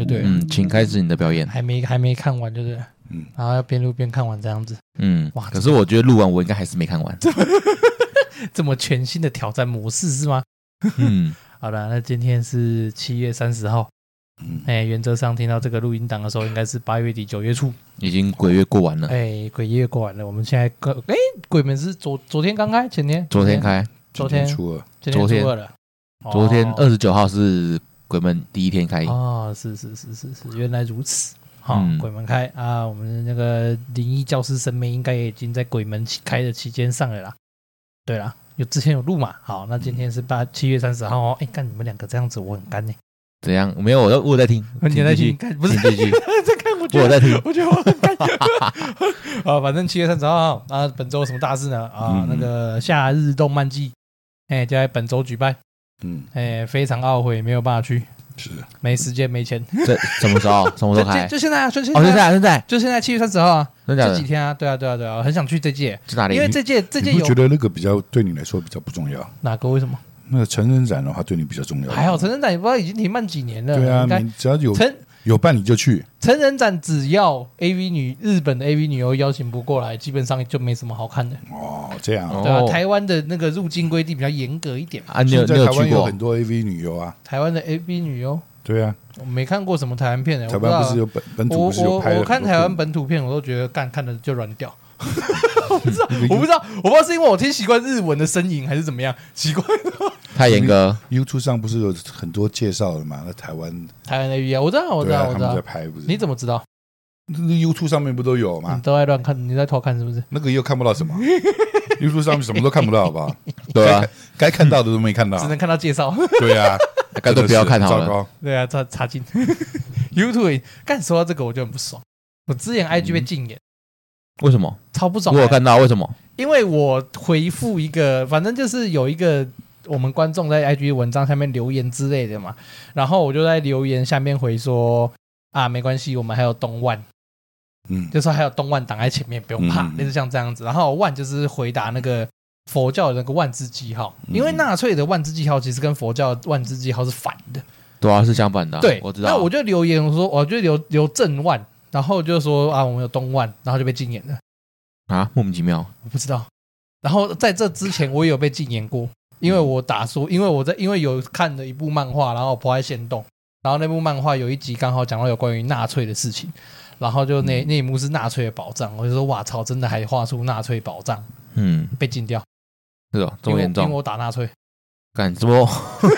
对了。 请开始你的表演。 还没看完，就对了。然后要边录边看完这样子。 哇！可是我觉得录完我应该还是没看完。 这么全新的挑战模式是吗？好了，那今天是7月30号。原则上听到这个录音档的时候，应该是8月底9月初， 已经鬼月过完了。 鬼月过完了，我们现在鬼门是昨天刚开，前天昨天开， 昨天初二， 今天初二了。 昨天29号是鬼门第一天开。 是，原来如此。鬼门开啊！我们那个灵异教师神眉应该也已经在鬼门开的期间上了啦。对啦，之前有录嘛。好，那今天是7月30号哦。干你们两个这样子，我很干呢。 怎样？没有，我在听。 你在听？不是在看，我在听。我觉得我很干。反正7月30号啊，本周有什么大事呢？那个夏日动漫季，就在本周举办。非常懊悔没有办法去。 是没时间没钱。 这什么时候？什么时候开？ 就现在啊，就现在， 就现在7月30号啊， 真的这几天啊，对啊，很想去这届。 是哪里？ 因为这届有，觉得那个比较对你来说比较不重要。 哪个？为什么？ 那个成人展的话，对你比较重要。 还好，成人展也不知道已经停办几年了。 对啊，你只要有办你就去。 成人展只要日本的 AV 女优邀请不过来，基本上就没什么好看的。 这样。 对啊，台湾的那个入境规定比较严格一点啊。你有台湾去过？ 有很多 AV 女优啊。 台湾的 AV 女优。对啊， 我没看过什么台湾片台湾不是有本土不是有拍的？ 我看台湾本土片，我都觉得看的就软掉。我不知道是因为我听习惯日文的声音还是怎么样，奇怪的。 太严格。 YouTube 上不是有很多介绍的嘛？那台湾 AV 啊，我知道， 他们在拍不是？ 你怎么知道？ 那 YouTube 上面不都有吗？ 你都在乱看，你在偷看是不是？ 那个又看不到什么，YouTube 上面什么都看不到，好不好？ 对啊， 该看到的都没看到， 只能看到介绍。 对啊， 干脆不要看好了。 对啊，插进 YouTube。干说到这个我就很不爽，我之前 IG 被禁言。 为什么？ 超不爽。 我有看到，为什么？ 因为我回复一个，反正就是有一个我们观众在 IG 文章下面留言之类的嘛，然后我就在留言下面回说没关系，我们还有东万，就说还有东万挡在前面，不用怕，类似像这样子。然后万就是回答那个佛教的那个万字记号，因为纳粹的万字记号其实跟佛教的万字记号是反的。 对啊，是相反的。 对， 我知道。 那我就留言说，我就留正万。然后就说我们有东万，然后就被禁言了莫名其妙， 我不知道。然后在这之前我也有被禁言过，因为我打说，因为有看了一部漫画，然后我 po 在限动，然后那部漫画有一集刚好讲到有关于纳粹的事情，然后就那一幕是纳粹的宝藏，我就说哇操，真的还画出纳粹宝藏，被禁掉， 是哦，这么严重， 因为我打纳粹， 干什么？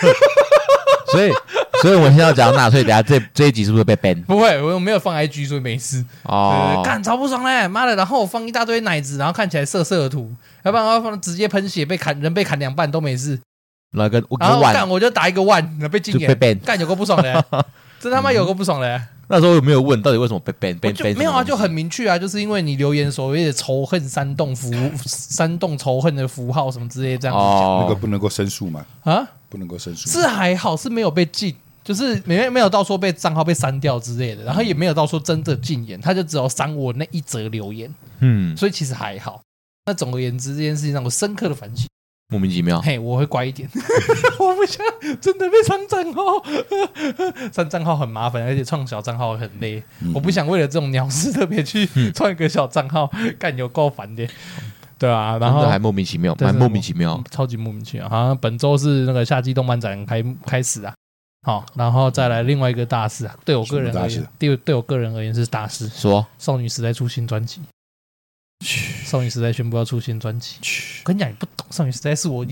所以我们现在要讲纳粹，等下这一集是不是被 ban？ 不会，我没有放 IG， 所以没事。干超不爽嘞，妈的！然后我放一大堆奶子，然后看起来色色的图，要不然放直接喷血，人被砍2半都没事。 然后干我就打一个万，被禁言， 被 ban， 干有个不爽的，这他妈有个不爽的。 那时候有没有问到底为什么被 ban？ 没有啊，就很明确啊，就是因为你留言所谓的仇恨煽动仇恨的符号什么之类这样子讲， 那个不能够申诉嘛？不能够申诉， 是还好是没有被禁。就是没有到说被账号被删掉之类的，然后也没有到说真的禁言，他就只有删我那一则留言，所以其实还好。那总而言之，这件事情让我深刻的反省， 莫名其妙。 我会乖一点，我不想真的被删账号，删账号很麻烦，而且创小账号很累，我不想为了这种鸟事特别去创一个小账号，干有够烦的。对啊，然后还莫名其妙，蛮莫名其妙， 超级莫名其妙。好像本周是那个夏季动漫展开始啊。好，然后再来另外一个大事啊，对我个人而言，对我个人而言是大事。说少女时代出新专辑，少女时代宣布要出新专辑。我跟你讲，你不懂，少女时代是我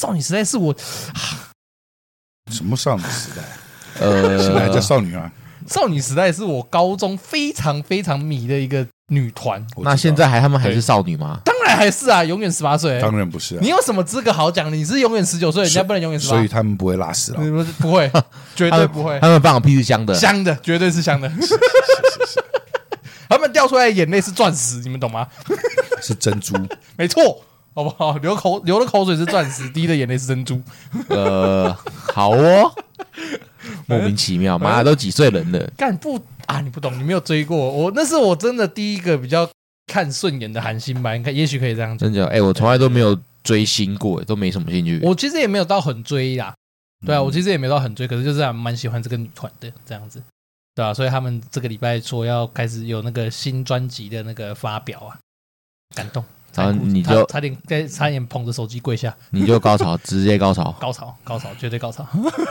什么少女时代？现在还叫少女啊？ 少女时代是我高中非常非常迷的一个女团。 那现在他们还是少女吗？ 当然还是啊，永远18岁。 当然不是啊！ 你有什么资格好讲？你是永远19岁，人家不能永远18。 所以他们不会拉屎了， 不会，绝对不会。 他们放的屁是香的， 香的，绝对是香的。是。他们掉出来的眼泪是钻石，你们懂吗？ 是珍珠， 没错，好不好？流的口水是钻石，滴的眼泪是珍珠。 好哦。莫名其妙，妈的都几岁人了？ 干不啊？你不懂，你没有追过我，那是我真的第一个比较看顺眼的韩星吧？你看，也许可以这样讲。 真的，我从来都没有追星过，都没什么兴趣。 我其实也没有到很追啦，对啊，我其实也没有到很追，可是就是蛮喜欢这个女团的这样子。 对啊，所以他们这个礼拜说要开始有那个新专辑的那个发表啊，感动。 然后你就差点捧着手机跪下， 你就高潮，直接高潮， 高潮，绝对高潮。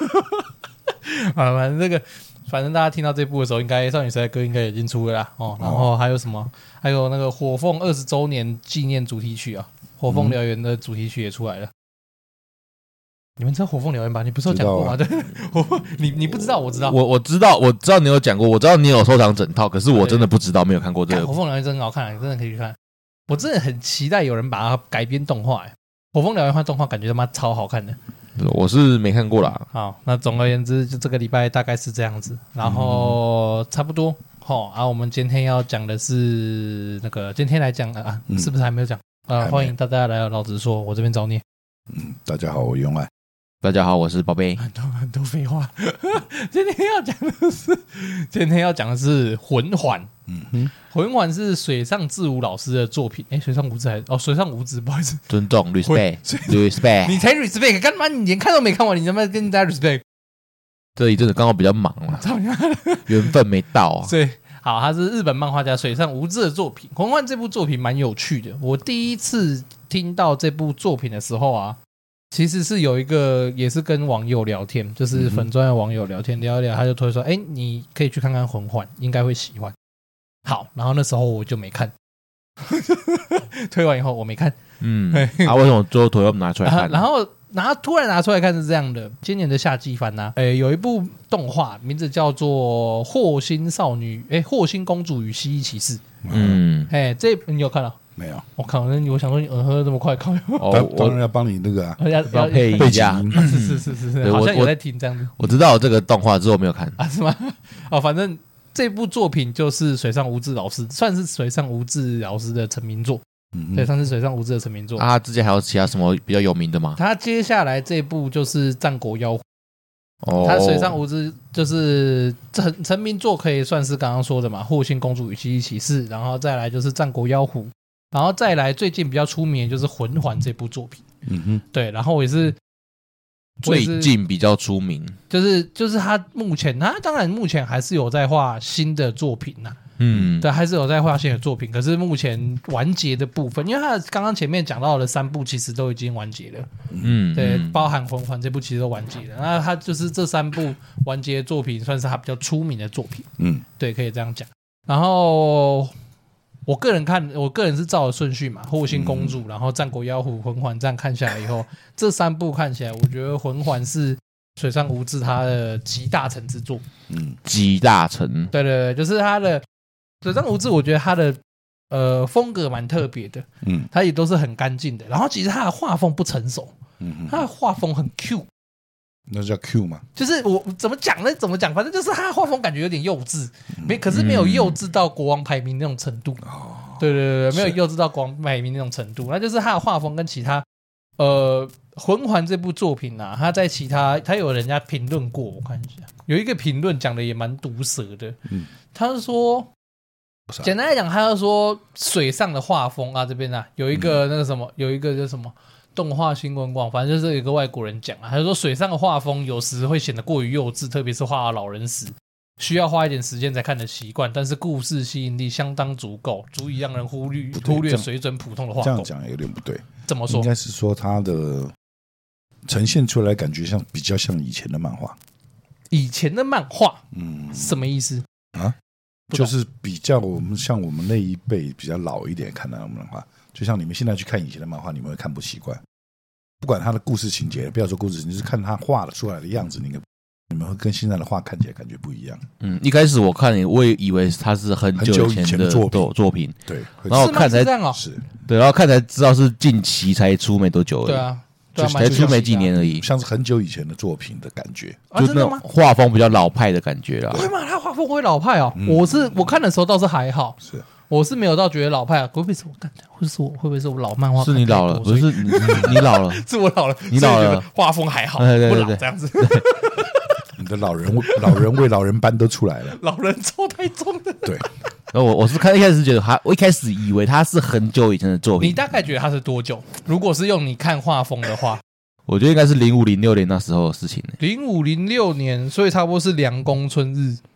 反正大家听到这部的时候，应该少女时代歌应该已经出了啦哦。然后还有什么？还有那个火凤20周年纪念主题曲啊，火凤燎原的主题曲也出来了。你们知道火凤燎原吧？你不是有讲过吗？对，你不知道，我知道， 我知道你有讲过，我知道你有收藏整套，可是我真的不知道，没有看过这个。 火凤燎原真的很好看，真的可以去看。我真的很期待有人把它改编动画，火凤燎原换动画感觉他妈超好看的。 我是没看过啦。 好，那总而言之，就这个礼拜大概是这样子，然后差不多。我们今天要讲的是那个，今天来讲啊，是不是还没有讲？欢迎大家来到老子说，我这边找你。 大家好，我永爱。 大家好，我是宝贝。 很多废话。今天要讲的是魂环。魂环是水上智吾老师的作品。水上无字水上无字，不好意思。 尊重 respect。 你才 respect， 干嘛？你连看都没看完，你他妈跟大家 respect？ 这一阵子刚好比较忙了，缘分没到啊。 对，好，他是日本漫画家水上无字的作品。魂环这部作品蛮有趣的。我第一次听到这部作品的时候啊，其实是有一个也是跟网友聊天，就是粉专的网友聊天聊一聊，他就推说，你可以去看看魂环，应该会喜欢。好，然后那时候我就没看，推完以后我没看。 为什么最后推要拿出来看？ 然后突然拿出来看是这样的，今年的夏季番有一部动画，名字叫做《霍星公主与蜥蜴骑士》。这你有看了？ 没有。 我靠，我想说你喝这么快，靠！ 当然要帮你那个啊， 要配一下。 是，好像有在听这样子。 我知道这个动画之后没有看啊？是吗？反正这部作品就是水上无字老师，算是水上无字老师的成名作。对，算是水上无字的成名作。 之前还有其他什么比较有名的吗？ 他接下来这部就是《战国妖狐》。他水上无字就是成名作，可以算是刚刚说的嘛，《霍星公主与蜥蜴骑士》，然后再来就是《战国妖狐》，然后再来最近比较出名的就是《魂环》这部作品。对，然后也是最近比较出名， 就是他当然目前还是有在画新的作品呐。对，还是有在画新的作品，可是目前完结的部分，因为他刚刚前面讲到的3部其实都已经完结了。对，包含魂环这部其实都完结了。那他就是这3部完结的作品，算是他比较出名的作品。对，可以这样讲。然后我个人是照的顺序嘛，霍星公主，然后战国妖狐、魂环这样看下来以后，这3部看起来，我觉得魂环是水上无字他的集大成之作。 集大成。 对，就是他的水上无字，我觉得他的风格蛮特别的。他也都是很干净的，然后其实他的画风不成熟。他的画风很 Q。 那叫 Q 吗？ 就是我怎么讲呢？反正就是他的画风感觉有点幼稚，可是没有幼稚到国王排名那种程度。对，没有幼稚到国王排名那种程度。那就是他的画风跟其他魂环这部作品啊，他在他有人家评论过，我看一下，有一个评论讲的也蛮毒舌的。他是说，简单来讲，他就说水上的画风啊，这边啊有一个那个什么，有一个叫什么动画新闻网，反正就是有一个外国人讲啊，他就说水上的画风有时会显得过于幼稚，特别是画老人时，需要花一点时间才看得习惯，但是故事吸引力相当足够，足以让人忽略水准普通的画工。 这样讲有点不对。 怎么说？ 应该是说他的呈现出来感觉比较像以前的漫画。 以前的漫画，什么意思啊？就是比较我们那一辈比较老一点看到的漫画，就像你们现在去看以前的漫画，你们会看不习惯。不管他的故事情节，不要说故事情节，就是看他画的出来的样子，你们会跟现在的画看起来感觉不一样。 一开始我看我也以为他是很久以前的作品， 对， 然后看才是， 对，然后看才知道是近期才出没多久而已。 对啊。 才出没几年而已， 像是很久以前的作品的感觉， 就那种画风比较老派的感觉啦。 会吗？他画风会老派哦。我看的时候倒是还好，我是没有到觉得老派啊。会不会是我干的？会不会是我老漫画？ 是你老了，不是你老了， 是我老了， 你老了， 画风还好，不老这样子。 你的老人为老人斑都出来了， 老人臭太重了。 对。 然后我是一开始觉得我一开始以为他是很久以前的作品。 你大概觉得他是多久？如果是用你看画风的话， 我觉得应该是05、06年那时候的事情。 05、06年，所以差不多是凉宫春日。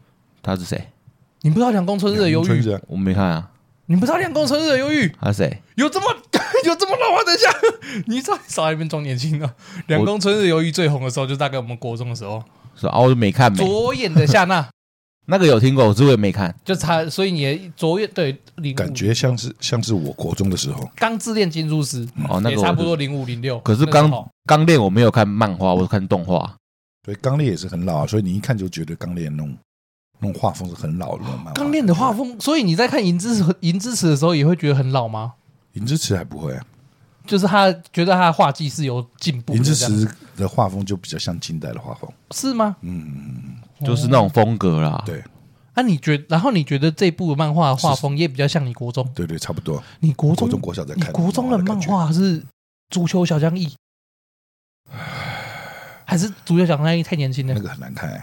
他是谁？ 你不知道两宫春日的忧郁？ 啊， 我没看啊。 你不知道两宫春日的忧郁？ 他是谁？ 有这么老吗？等一下，你少在那边装年轻啊！两宫春日的忧郁最红的时候，就大概我们国中的时候。 是啊，我就没看没。 左眼的夏娜， 那个有听过，我也没看。 就他，所以你的左眼对感觉像是我国中的时候， 钢之炼金术师哦，那个也差不多0506。 可是钢炼我没有看漫画，我看动画。 对，钢炼也是很老啊，所以你一看就觉得钢炼那种画风是很老的那种漫画。 钢炼的画风，所以你在看银之匙的时候也会觉得很老吗？ 银之匙还不会啊， 就是他觉得他的画技是有进步的。 银之匙的画风就比较像近代的画风， 是吗？ 就是那种风格啦。 对。 啊，然后你觉得这部漫画的画风也比较像你国中？ 对，差不多。 你国中国小在看， 你国中的漫画是足球小将翼，还是足球小将翼太年轻了？ 那个很难看。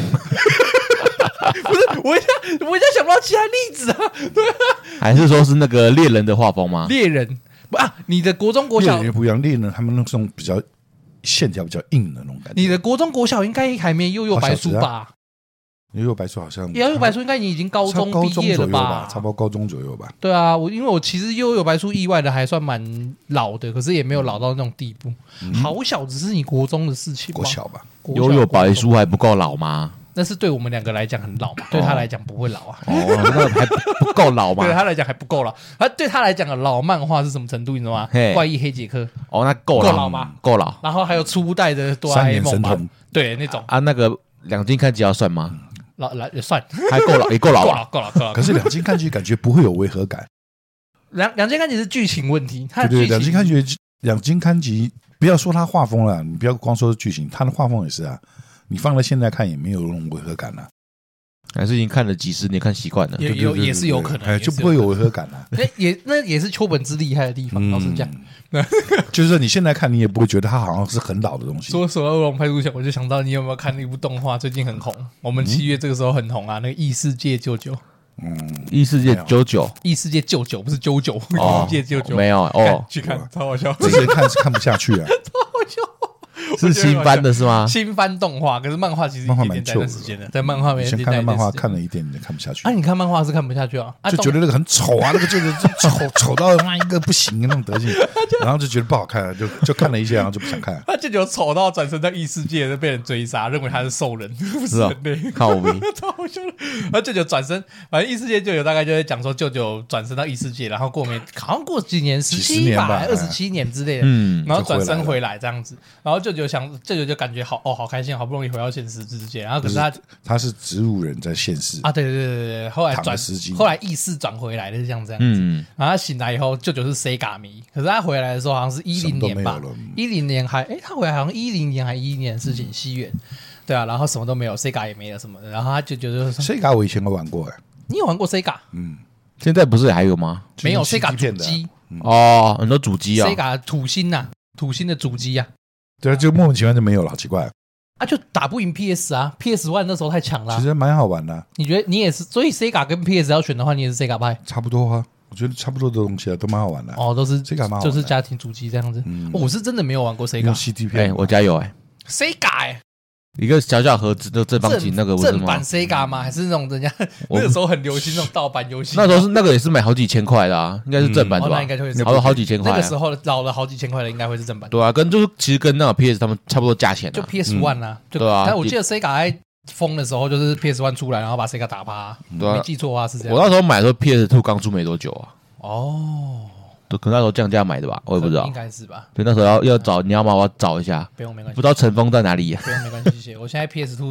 不是，我一下想不到其他例子啊。对啊， 还是说是那个猎人的画风吗？ 猎人不啊，你的国中国小猎人不一样，猎人他们那种比较线条比较硬的那种感觉。 你的国中国小应该还没悠悠白书吧？ 悠悠白书好像， 悠悠白书应该你已经高中毕业了吧？ 差不多高中左右吧。 对啊，因为我其实悠悠白书意外的还算蛮老的，可是也没有老到那种地步。好小只是你国中的事情吧？ 国小吧。 悠悠白书还不够老吗？ 那是对我们两个来讲很老嘛，对他来讲不会老啊。 哦，那个还不够老嘛？ 对他来讲还不够老。对他来讲的老漫画是什么程度？你知道吗？怪异黑杰克。 哦，那够老吧？ 够老。 然后还有初代的哆啦 A 梦吧？对，那种啊，那个两金看集要算吗？ 也算， 还够老，也够老， 够了。 可是两金看剧感觉不会有违和感。 两金看集是剧情问题， 对，两金看集不要说他画风了，你不要光说剧情，他的画风也是啊。你放在现在看也没有那种违和感啊。 还是已经看了几十年，看习惯了， 也是有可能， 就不会有违和感啊。 那也是秋本之厉害的地方，老实讲。 就是说你现在看，你也不会觉得它好像是很老的东西。 说到乌龙派出所，我就想到你有没有看那部动画？最近很红，我们7月这个时候很红啊，那个异世界舅舅。 异世界99， 异世界舅舅不是啾啾，异世界舅舅没有哦， 去看超好笑。 之前看是看不下去啊， 超好笑。 是新番的是吗？ 新番动画，可是漫画其实漫画蛮旧的时间的，在漫画没先看漫画看了一点，你看不下去。 啊，你看漫画是看不下去啊？ 就觉得那个很丑啊，那个就是丑到那一个不行的那种德性，然后就觉得不好看，就看了一下，然后就不想看。 他舅舅丑到转身到异世界，就被人追杀，认为他是兽人，不是人类， 靠我超好笑的。他舅舅转身，反正异世界舅舅大概就会讲说，舅舅转身到异世界，然后好像过几年，17年吧，27年之类的，然后转身回来这样子，然后舅舅就感觉好开心，好不容易回到现实世界，然后可是他是植物人在现世啊，对，后来意识转回来的是像这样子，然后他醒来以后，舅舅是 Sega 迷，可是他回来的时候好像是10年吧，10年他回来好像10年还11年的事情，西元，对啊，然后什么都没有 ，Sega 也没有什么的，然后他舅舅就说 Sega 我以前有玩过你有玩过 Sega？ 现在不是还有吗？ 没有 Sega 主机哦，很多主机啊 ，Sega 土星的主机啊。 对啊，就莫名其妙就没有了，好奇怪啊！就打不赢 PS 啊 ，PS One 那时候太强了。 其实蛮好玩的。 你觉得你也是？所以 Sega 跟 PS 要选的话，你也是 Sega 派？ 差不多啊，我觉得差不多的东西都蛮好玩的。 哦，都是 Sega 蛮好玩的， 就是家庭主机这样子。我是真的没有玩过 Sega。 用 CD 片， 我家有 Sega 一个小小盒子的正方形那个正版 Sega 吗？还是那种人家那个时候很流行那种盗版游戏？ 那时候是那个也是买好几千块的啊，应该是正版的吧？ 那应该就会好几千块。 那个时候老了好几千块的应该会是正版。 对啊，其实跟那个 PS 他们差不多价钱， 就 PS One 啊， 对啊。 但我记得 Sega 在疯的时候，就是 PS One 出来，然后把 Sega 打趴，没记错的话是这样。 我那时候买的时候 PS Two 刚出没多久啊。 哦。 可能那时候降价买的吧，我也不知道， 应该是吧。 对，那时候要找，你要吗？我要找一下。 不用，没关系。 不知道尘封在哪里。 不用，没关系，谢谢。我现在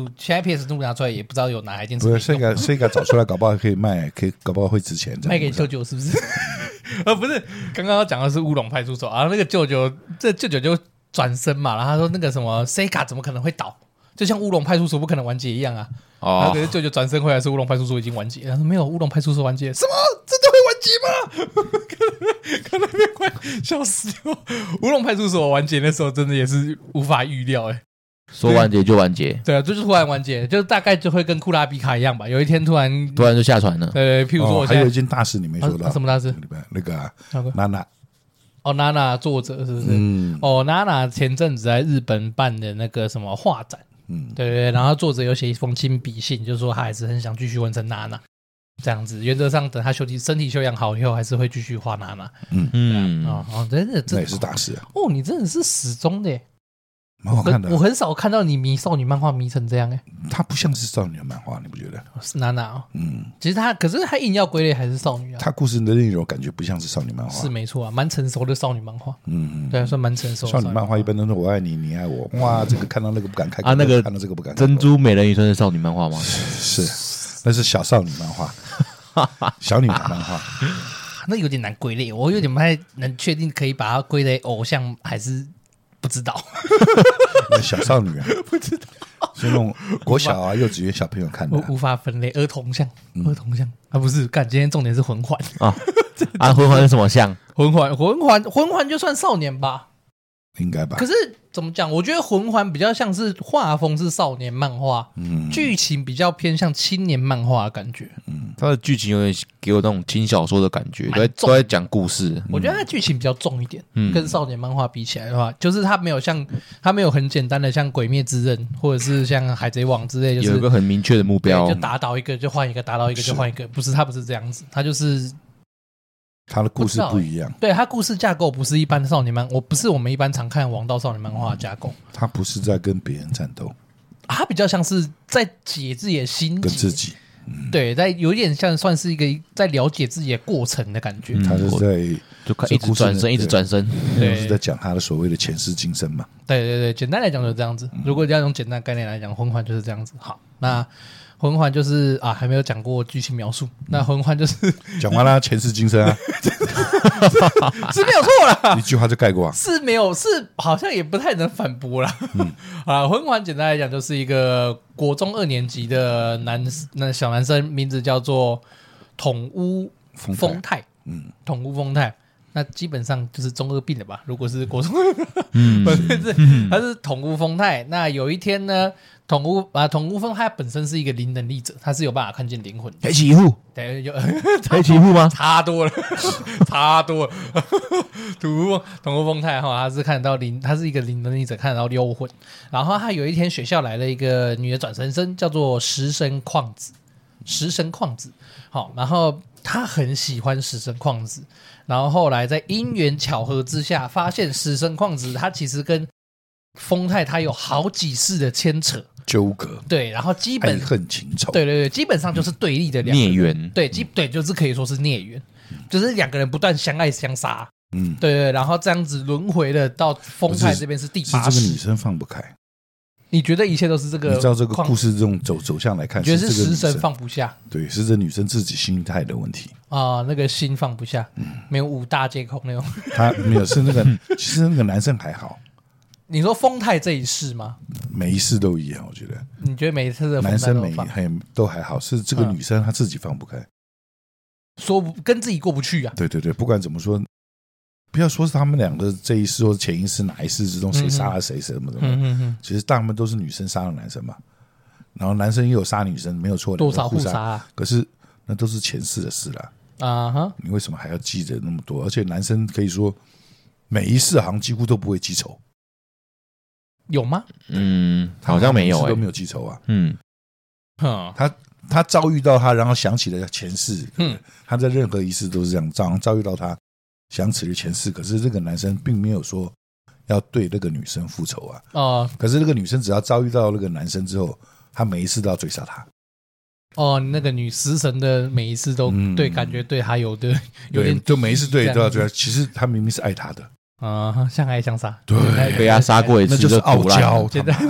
PS2 拿出来，也不知道有哪一件事。 不是 Sega 找出来，搞不好可以卖，搞不好会值钱。 卖给舅舅是不是？不是，刚刚讲的是乌龙派出所啊，那个舅舅就转身嘛，然后他说那个什么 Sega 怎么可能会倒？就像乌龙派出所不可能完结一样啊。然后可是舅舅转身回来是乌龙派出所已经完结，他说没有乌龙派出所完结，什么真的会完结吗？看那边快笑死了！乌龙派出所完结的时候真的也是无法预料说完结就完结， 对啊，就是突然完结，就大概就会跟库拉比卡一样吧，有一天突然就下船了。 对，譬如说我还有一件大事你没说到， 什么大事？ 那个娜娜。 娜娜作者是不是？娜娜前阵子在日本办的那个什么画展。 对对，然后作者有写一封亲笔信，就是说他还是很想继续完成娜娜这样子。原则上，等他身体修养好以后，还是会继续画娜娜。真的， 那也是大事啊。 哦，你真的是始终的耶， 蛮好看的。 我很少看到你迷少女漫画迷成这样哎。 它不像是少女的漫画，你不觉得？ 是娜娜哦，其实可是他硬要归类还是少女啊。 它故事的内容感觉不像是少女漫画， 是没错啊，蛮成熟的少女漫画。对，算蛮成熟的少女漫画一般都是我爱你，你爱我。哇，这个看到那个不敢看啊，那个看到这个不敢看。 珍珠美人鱼算是少女漫画吗？ 是，那是小少女漫画，小女孩漫画。 那有点难归类，我有点不太能确定可以把它归类偶像还是不知道。 小少女啊，不知道，是那种国小啊、幼稚园小朋友看的， 无法分类。儿童像啊，不是，干，今天重点是魂环啊，魂环是什么像？ 魂环就算少年吧， 应该吧？ 可是怎么讲？我觉得魂环比较像是画风是少年漫画，剧情比较偏向青年漫画的感觉。 它的剧情有点给我那种轻小说的感觉，都在讲故事。 我觉得它剧情比较重一点，跟少年漫画比起来的话，就是它没有很简单的像《鬼灭之刃》或者是像《海贼王》之类，就是有一个很明确的目标， 就打倒一个就换一个，打倒一个就换一个。不是，它不是这样子，它就是他的故事不一样。 对，它故事架构不是一般的少年漫，不是我们一般常看王道少年漫画的架构。 他不是在跟别人战斗， 它比较像是在解自己的心结， 跟自己。 对，有点像算是一个在了解自己的过程的感觉。 他是在就一直转身，一直转身， 是在讲他的所谓的前世今生嘛。 对，简单来讲就是这样子。如果要用简单概念来讲，魂环就是这样子。好，那魂环就是还没有讲过剧情描述。那魂环就是讲完了前世今生啊， 是没有错啦， 一句话就盖过啊。 是没有，是好像也不太能反驳啦。魂环简单来讲就是一个国中2年级的小男生，名字叫做统屋丰太。统屋丰太。那基本上就是中二病了吧？如果是国中，他是统屋丰太。那有一天呢，统屋丰太本身是一个灵能力者，他是有办法看见灵魂。 黑崎一护， 对， 黑崎一护吗？ 差多了。统屋丰太他是看得到他是一个灵能力者，看得到幽魂。然后他有一天学校来了一个女的转生生，叫做石神旷子。好，然后他很喜欢石神旷子。然后后来在因缘巧合之下，发现石神旷子他其实跟丰太他有好几世的牵扯纠葛， 对，然后基本爱恨情仇， 对，基本上就是对立的孽缘， 对，就是可以说是孽缘，就是两个人不断相爱相杀，对，然后这样子轮回的到丰太这边是第8世， 是这个女生放不开。 你觉得一切都是这个？ 你知道这个故事这种走向来看， 觉得是食神放不下？ 对，是这女生自己心态的问题啊，那个心放不下，没有5大皆空那种。 他没有，是那个，其实那个男生还好。 你说丰太这一世吗？ 每一世都一样，我觉得。 你觉得每一次的男生都还好，是这个女生她自己放不开， 说跟自己过不去啊。 对，不管怎么说。不要说是他们两个这一世或前一世哪一世之中谁杀了谁什么的，其实大部分都是女生杀了男生嘛，然后男生也有杀女生，没有错的， 多少互杀， 可是那都是前世的事了啊！ 你为什么还要记着那么多？而且男生可以说每一世好像几乎都不会记仇， 有吗？ 好像没有， 都没有记仇啊。他遭遇到他，然后想起了前世，他在任何一世都是这样，遭遇到他。想起了前世，可是这个男生并没有说要对那个女生复仇啊。可是那个女生只要遭遇到那个男生之后，他每一次都要追杀他。 那个女食神的每一次都对，感觉对他有点， 就每一次对都要追他。其实他明明是爱他的相爱相杀。 对， 被他杀过一次， 那就是傲娇。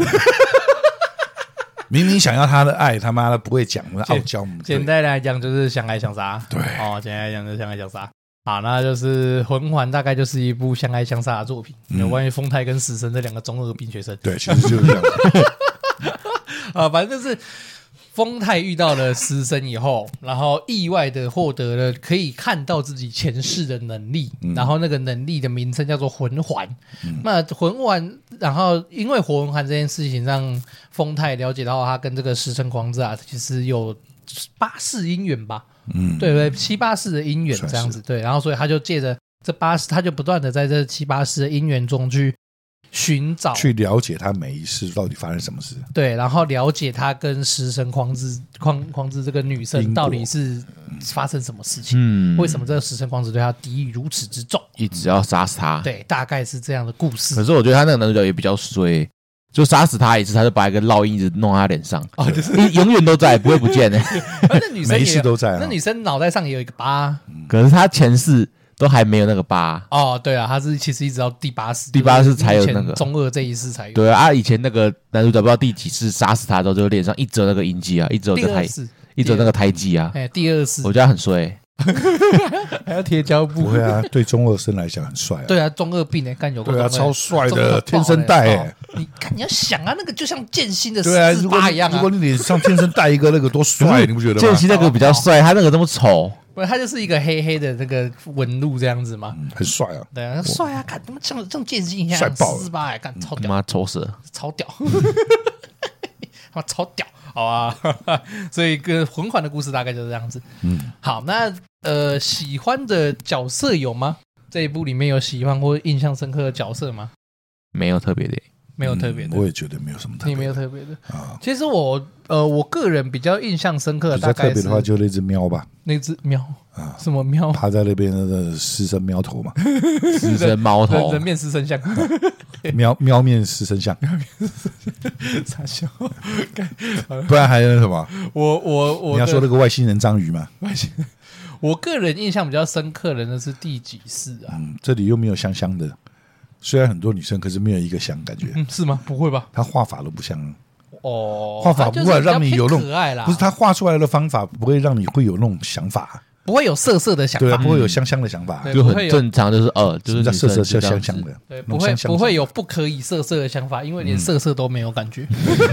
明明想要他的爱，他妈的不会讲，傲娇。 简单来讲就是相爱相杀。 对， 简单来讲就是相爱相杀。好，那就是魂环大概就是一部相爱相杀的作品，有关于丰太跟死神这两个中二病学生。 对，其实就是这样反正就是丰太遇到了死神以后，然后意外的获得了可以看到自己前世的能力，然后那个能力的名称叫做魂环。那魂环，然后因为魂环这件事情让丰太了解到他跟这个石神狂子其实有8世姻缘吧。对，7、8世的姻缘这样子，对，然后所以他就借着这8世，他就不断的在这7、8世的姻缘中去寻找， 去了解他每一世到底发生什么事。 对，然后了解他跟食神匡之这个女生到底是发生什么事情，为什么这个食神匡之对他敌意如此之重， 一直要杀死他。 对，大概是这样的故事。 可是我觉得他那个男主角也比较衰，就杀死他一次，他就把一个烙印一直弄在他脸上，就是永远都在，不会不见的。 那女生每一世都在， 那女生脑袋上也有一个疤， 可是他前世都还没有那个疤。 哦，对啊，他是其实一直到第8世， 第8世才有那个中二这一世才有。 对啊，以前那个男主角不知道第几次杀死他之后，就脸上一折那个印记啊，一折那个胎记啊。 第2世， 我觉得他很衰， 还要贴胶布。 不会啊，对中二生来讲很帅啊。 对啊，中二病干有个对啊，超帅的，天生带你看，你要想啊，那个就像剑心的对啊， 四八一样啊。 如果你脸上天生带一个那个多帅，你不觉得吗？ 剑心那个比较帅，他那个这么丑。 不是，他就是一个黑黑的那个纹路这样子嘛， 很帅啊。 对啊，帅啊，看他妈像剑心一样， 帅爆了 ，48看超屌， 妈丑死了， 超屌，他妈超屌，好啊。所以一个魂环的故事大概就是这样子。好，那喜欢的角色有吗？这一部里面有喜欢或印象深刻的角色吗？ 没有特别的， 没有特别的， 我也觉得没有什么特别的， 你没有特别的啊。其实我个人比较印象深刻的，大概是比较特别的话，就那只喵吧。 那只喵啊，什么喵？ 趴在那边的狮身喵头嘛， 狮身猫头， 人面狮身像， 喵面狮身像， 傻笑。 不然还有那什么？ 我你要说那个外星人章鱼嘛？ 外星人，我个人印象比较深刻的那是第几世啊？ 这里又没有香香的，虽然很多女生，可是没有一个香，感觉是吗？不会吧？ 她画法都不像哦， 画法不会让你有那种可爱啦， 不是她画出来的方法不会让你会有那种想法， 不会有色色的想法， 对，不会有香香的想法， 就很正常，就是就是叫色色叫香香的， 对，不会有不可以色色的想法，因为连色色都没有感觉。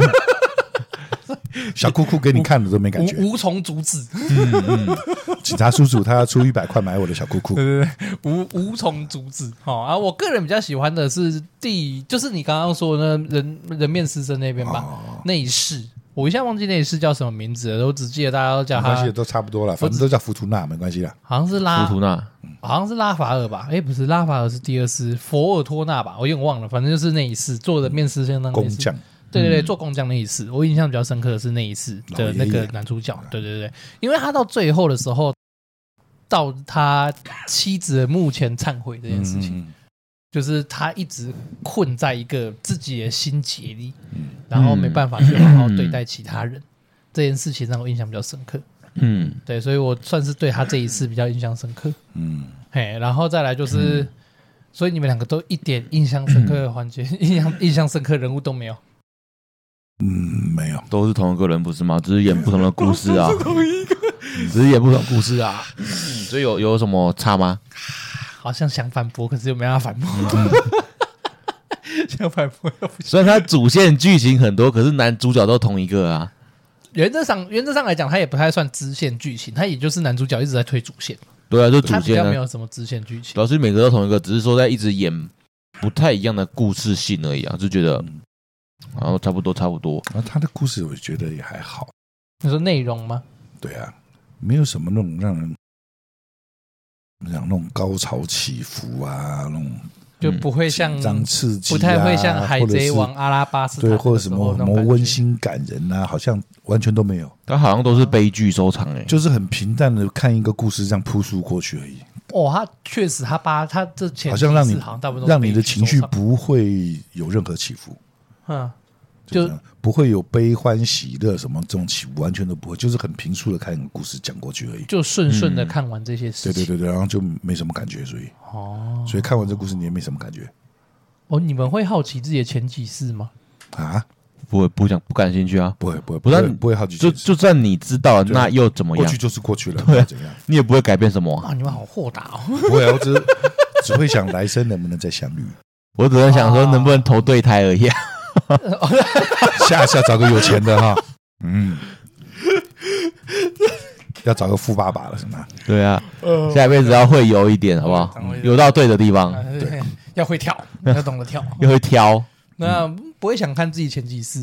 小酷酷给你看的都没感觉， 无从阻止。 警察叔叔他要出100块买我的小酷酷， 对，无从阻止。好啊，我个人比较喜欢的是就是你刚刚说的人面狮身那边吧，那一世。我一下忘记那一世叫什么名字了，我只记得大家都叫他， 没关系，都差不多了，反正都叫福图纳，没关系啦。 好像是福图纳， 好像是拉法尔吧？不是，拉法尔是第2世，佛尔托纳吧？我有点忘了，反正就是那一世做的面狮身那工匠。 对，做工匠那一世，我印象比较深刻的是那一世的那个男主角。对，因为他到最后的时候，到他妻子的墓前忏悔这件事情，就是他一直困在一个自己的心结里，然后没办法去好好对待其他人，这件事情让我印象比较深刻。对，所以我算是对他这一次比较印象深刻。然后再来就是，所以你们两个都一点印象深刻的环节、印象深刻人物都没有。 没有， 都是同一个人不是吗？只是演不同的故事啊，只是演不同故事啊，所以有什么差吗？ 好像想反驳，可是又没办法反驳。想反驳又不行。 虽然他主线剧情很多，可是男主角都同一个啊。 原则上来讲，他也不太算支线剧情，他也就是男主角一直在推主线。 对啊，就主线，他比较没有什么支线剧情。 老师每个都同一个，只是说在一直演不太一样的故事性而已啊，就觉得。然后差不多， 然后他的故事我觉得也还好。 你说内容吗？ 对啊，没有什么那种让人讲那种高潮起伏啊，那种就不会像紧张刺激， 不太会像海贼王阿拉巴斯坦对，或者什么温馨感人啊，好像完全都没有。 他好像都是悲剧收场就是很平淡的看一个故事这样扑述过去而已。 他确实他这前好像让你大部分让你的情绪不会有任何起伏。就不会有悲欢喜乐什么这种起伏，完全都不会，就是很平素的看一个故事讲过去而已， 就顺的看完这些事情。 对，然后就没什么感觉，所以看完这故事你也没什么感觉。 你们会好奇自己的前几世吗？ 啊， 不感兴趣啊， 不会好奇， 就算你知道了，那又怎么样？ 过去就是过去了， 对， 怎样？ 你也不会改变什么啊。 你们好豁达哦！ 不会，我只会想来生能不能再相遇。 我只能想说能不能投对胎而已。 下找个有钱的哈，要找个富爸爸了是吗？ 对啊，下辈子要会游一点，好不好？游到对的地方， 对，要会跳，要懂得跳， 要会挑。 那不会想看自己前几世啊？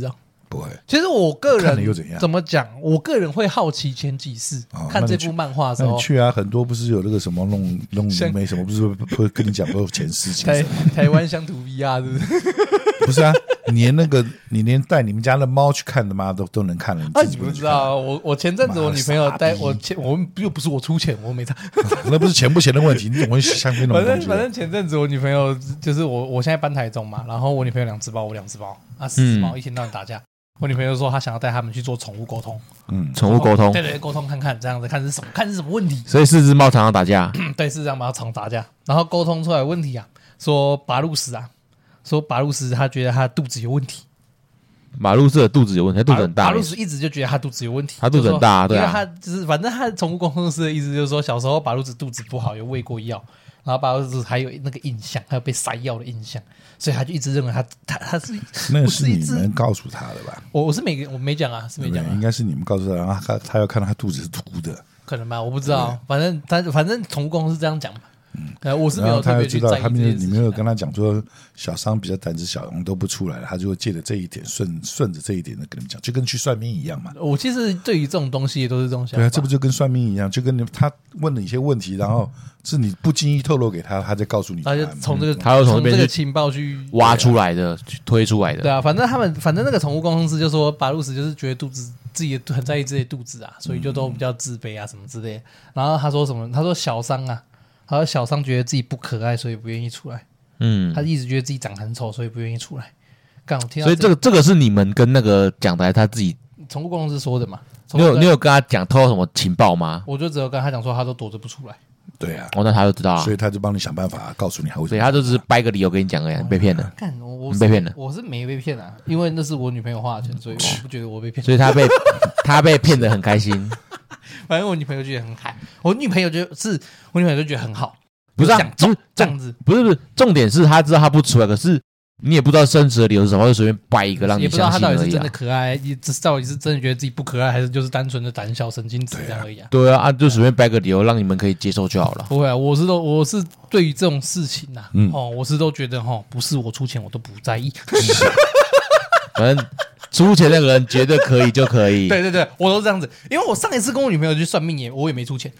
不会。 其实我个看了又怎样人怎么讲？我个人会好奇前几世看这部漫画的时候， 那你去啊，很多不是有那个什么弄没什么，不是会跟你讲说前世今生。 台湾乡土 VR 是不是？ 不是啊，你连带你们家的猫去看的妈都能看了，你自己你不知道？我前阵子我女朋友带我又不是我出钱，我没差。 那不是钱不钱的问题，你怎么会相信那种东西？ 反正前阵子我女朋友就是我现在搬台中嘛，然后我女朋友2只猫，我2只猫啊，4只猫一天到晚打架。我女朋友说她想要带他们去做宠物沟通， 宠物沟通， 对，沟通看看这样子，看是什么问题。 所以4只猫常常打架， 对，是这样，把它常打架，然后沟通出来问题啊，说巴路斯他觉得他肚子有问题。 马路斯的肚子有问题，他肚子很大。 巴路斯一直就觉得他肚子有问题， 他肚子很大，对啊。 因为他就是反正他宠物沟通师的意思就是说，小时候巴路斯肚子不好，有喂过药，然后巴路斯还有那个印象，还有被塞药的印象，所以他就一直认为他是那是你们告诉他的吧？ 我没讲啊，是没讲啊， 应该是你们告诉他，然后他要看到他肚子是凸的， 可能吧，我不知道，反正宠物沟通是这样讲嘛。我是没有特别去在意这件事情。 你没有跟他讲说小伤比较胆子小，都不出来，他就会借着这一点顺着这一点的跟你们讲，就跟去算命一样嘛。 我其实对于这种东西也都是这种想法。 对啊，这不就跟算命一样，就跟他问了一些问题，然后是你不经意透露给他，他再告诉你， 他就从这个他要从这个情报去挖出来的，去推出来的。 对啊，反正那个宠物公司就说巴路斯就是觉得自己很在意自己的肚子啊，所以就都比较自卑啊什么之类的。然后他说什么？他说小伤啊。他说小桑觉得自己不可爱，所以不愿意出来。他一直觉得自己长很丑，所以不愿意出来。我听到所以这个是你们跟那个讲的，他自己宠物公司说的嘛？ 你有跟他讲透露什么情报吗？ 我就只有跟他讲说，他都躲着不出来。 对啊， 那他就知道了， 所以他就帮你想办法告诉你， 所以他就只是掰个理由跟你讲而已，被骗了。 我被骗了， 我是没被骗啊，因为那是我女朋友花的钱，所以我不觉得我被骗。 所以他被骗得很开心。 反正我女朋友觉得很嗨，我女朋友就觉得很好， 不是这样子， 不是，重点是他知道他不出来，可是你也不知道真实的理由是什么，就随便掰一个让你相信而已、 也不知道他到底是真的可爱，到底是真的觉得自己不可爱，还是就是单纯的胆小神经质这样而已啊？ 对啊，就随便掰个理由让你们可以接受就好了。 不会啊，我是对于这种事情啊，我是都觉得不是我出钱我都不在意。 反正出钱那个人觉得可以就可以。 对对对，我都这样子，因为我上一次跟我女朋友去算命我也没出钱。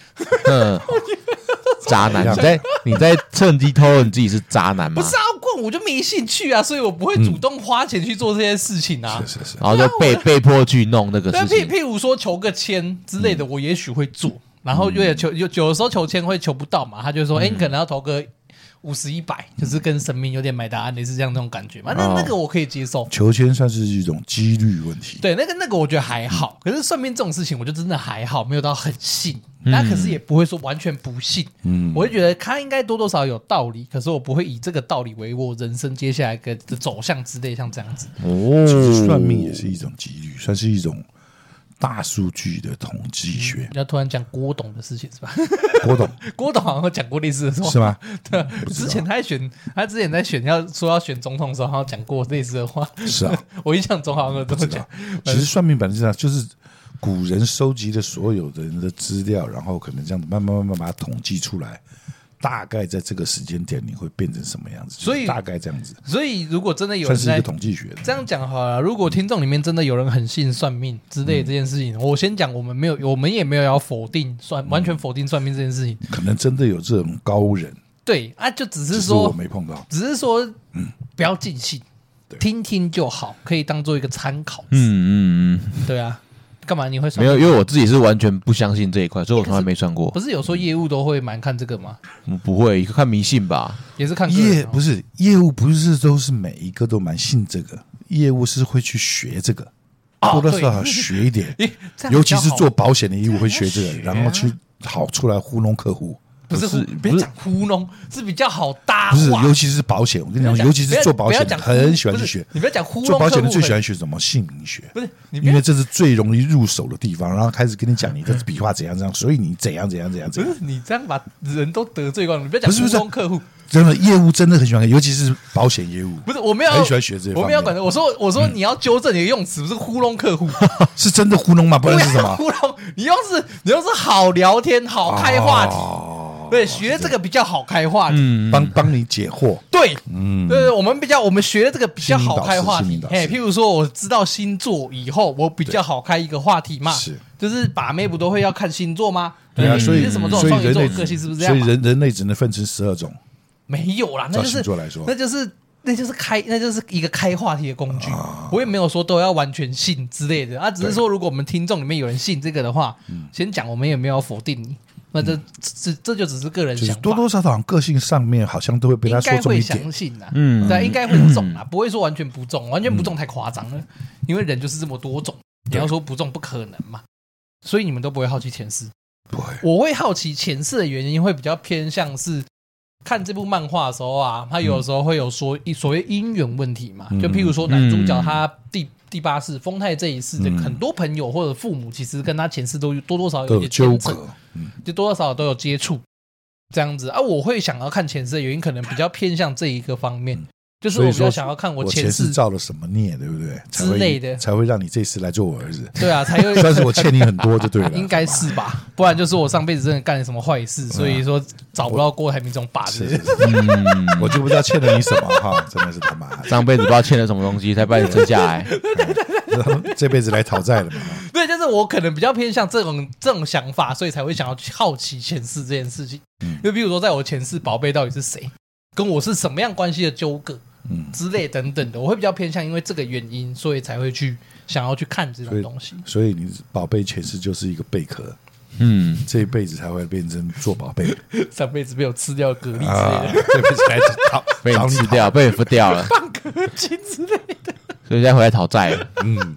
渣男，你在趁机透露你自己是渣男吗？ 不是啊，我就没兴趣啊，所以我不会主动花钱去做这些事情啊。 是， 然后就被迫去弄那个事情。 譬如说求个签之类的，我也许会做。然后有的时候求签会求不到嘛，他就说，你可能要投个50、100，就是跟神明有点买答案，类似这样那种感觉嘛。那个我可以接受。 求签算是一种几率问题。 对，那个我觉得还好。可是算命这种事情，我就真的还好，没有到很信。那可是也不会说完全不信。我会觉得他应该多多少少有道理，可是我不会以这个道理为我人生接下来的走向之类，像这样子。 其实算命也是一种几率，算是一种大数据的统计学。 要突然讲郭董的事情是吧？郭董好像有讲过类似的话， 是吗？ 对，之前他之前在选要选总统的时候，好像讲过类似的话。 是啊， 我印象中好像有这么讲。 其实算命本质上就是古人收集的所有的人的资料，然后可能这样子慢慢把它统计出来。大概在这个时间点你会变成什么样子？所以大概这样子。 所以如果真的有人算是一个统计学的， 这样讲好了。如果听众里面真的有人很信算命之类的这件事情，我先讲，我们也没有要否定完全否定算命这件事情。 可能真的有这种高人， 对啊，就只是说我没碰到， 只是说不要尽信，听听就好，可以当做一个参考。对啊。干嘛你会算？ 没有，因为我自己是完全不相信这一块，所以我从来没算过。 不是有说业务都会蛮看这个吗？ 不会，看迷信吧。 也是看不是业务，不是都是每一个都蛮信这个。业务是会去学这个，多多少少学一点，尤其是做保险的业务会学这个，然后去好出来糊弄客户。 不是别讲糊弄，是比较好搭话。 不是，尤其是保险，我跟你讲，尤其是做保险的很喜欢去学。 你不要讲糊弄， 做保险的最喜欢学什么姓名学？ 不是， 因为这是最容易入手的地方，然后开始跟你讲你的笔画怎样怎样，所以你怎样。不是你这样把人都得罪光，你不要讲糊弄客户。 真的业务真的很喜欢，尤其是保险业务。 不是，我没有很喜欢学这些。 我没有管的。我说你要纠正你的用词，不是糊弄客户， 是真的糊弄吗？不然是什么？ 糊弄，你要是好聊天，好开话题。 对，学这个比较好开话题， 帮你解惑。 对，对，我们学的这个比较好开话题。譬如说我知道星座以后，我比较好开一个话题嘛。 是， 就是把妹不都会要看星座吗？ 对啊，所以什么这种双鱼座个性是不是这样？ 所以人类只能分成12种。 没有啦，那就是星座来说， 那就是一个开话题的工具。我也没有说都要完全信之类的啊，只是说如果我们听众里面有人信这个的话，先讲我们也没有否定你，那这就只是个人想法， 多多少少个性上面好像都会被他说中一点， 应该会相信啦，对，应该会中啦，不会说完全不中，完全不中太夸张了，因为人就是这么多种，你要说不中不可能嘛，所以你们都不会好奇前世。 不会， 我会好奇前世的原因会比较偏向是看这部漫画的时候啊，他有的时候会有所谓姻缘问题嘛，就譬如说男主角他第8世丰太这一世的很多朋友或者父母，其实跟他前世都多多少少有一些纠葛，就多多少少都有接触这样子啊。我会想要看前世的原因，可能比较偏向这一个方面。就是我比较想要看我前世造了什么孽，对不对？ 之类的， 才会让你这次来做我儿子。 对啊，才会算是我欠你很多就对了， 应该是吧？不然就是我上辈子真的干了什么坏事，所以说找不到郭台铭这种把子。 我就不知道欠了你什么哈，真的是他妈上辈子不知道欠了什么东西才把你生下来， 这辈子来讨债了嘛？ 对，就是我可能比较偏向这种想法，所以才会想要去好奇前世这件事情。就比如说，在我前世宝贝到底是谁，跟我是什么样关系的纠葛。之类等等的，我会比较偏向因为这个原因，所以才会去想要去看这种东西。所以你宝贝前世就是一个贝壳，这一辈子才会变成做宝贝。上辈子被我吃掉蛤蜊之类的，这辈子来被你吃掉，被你孵掉了，放壳金之类的，所以现在回来讨债了。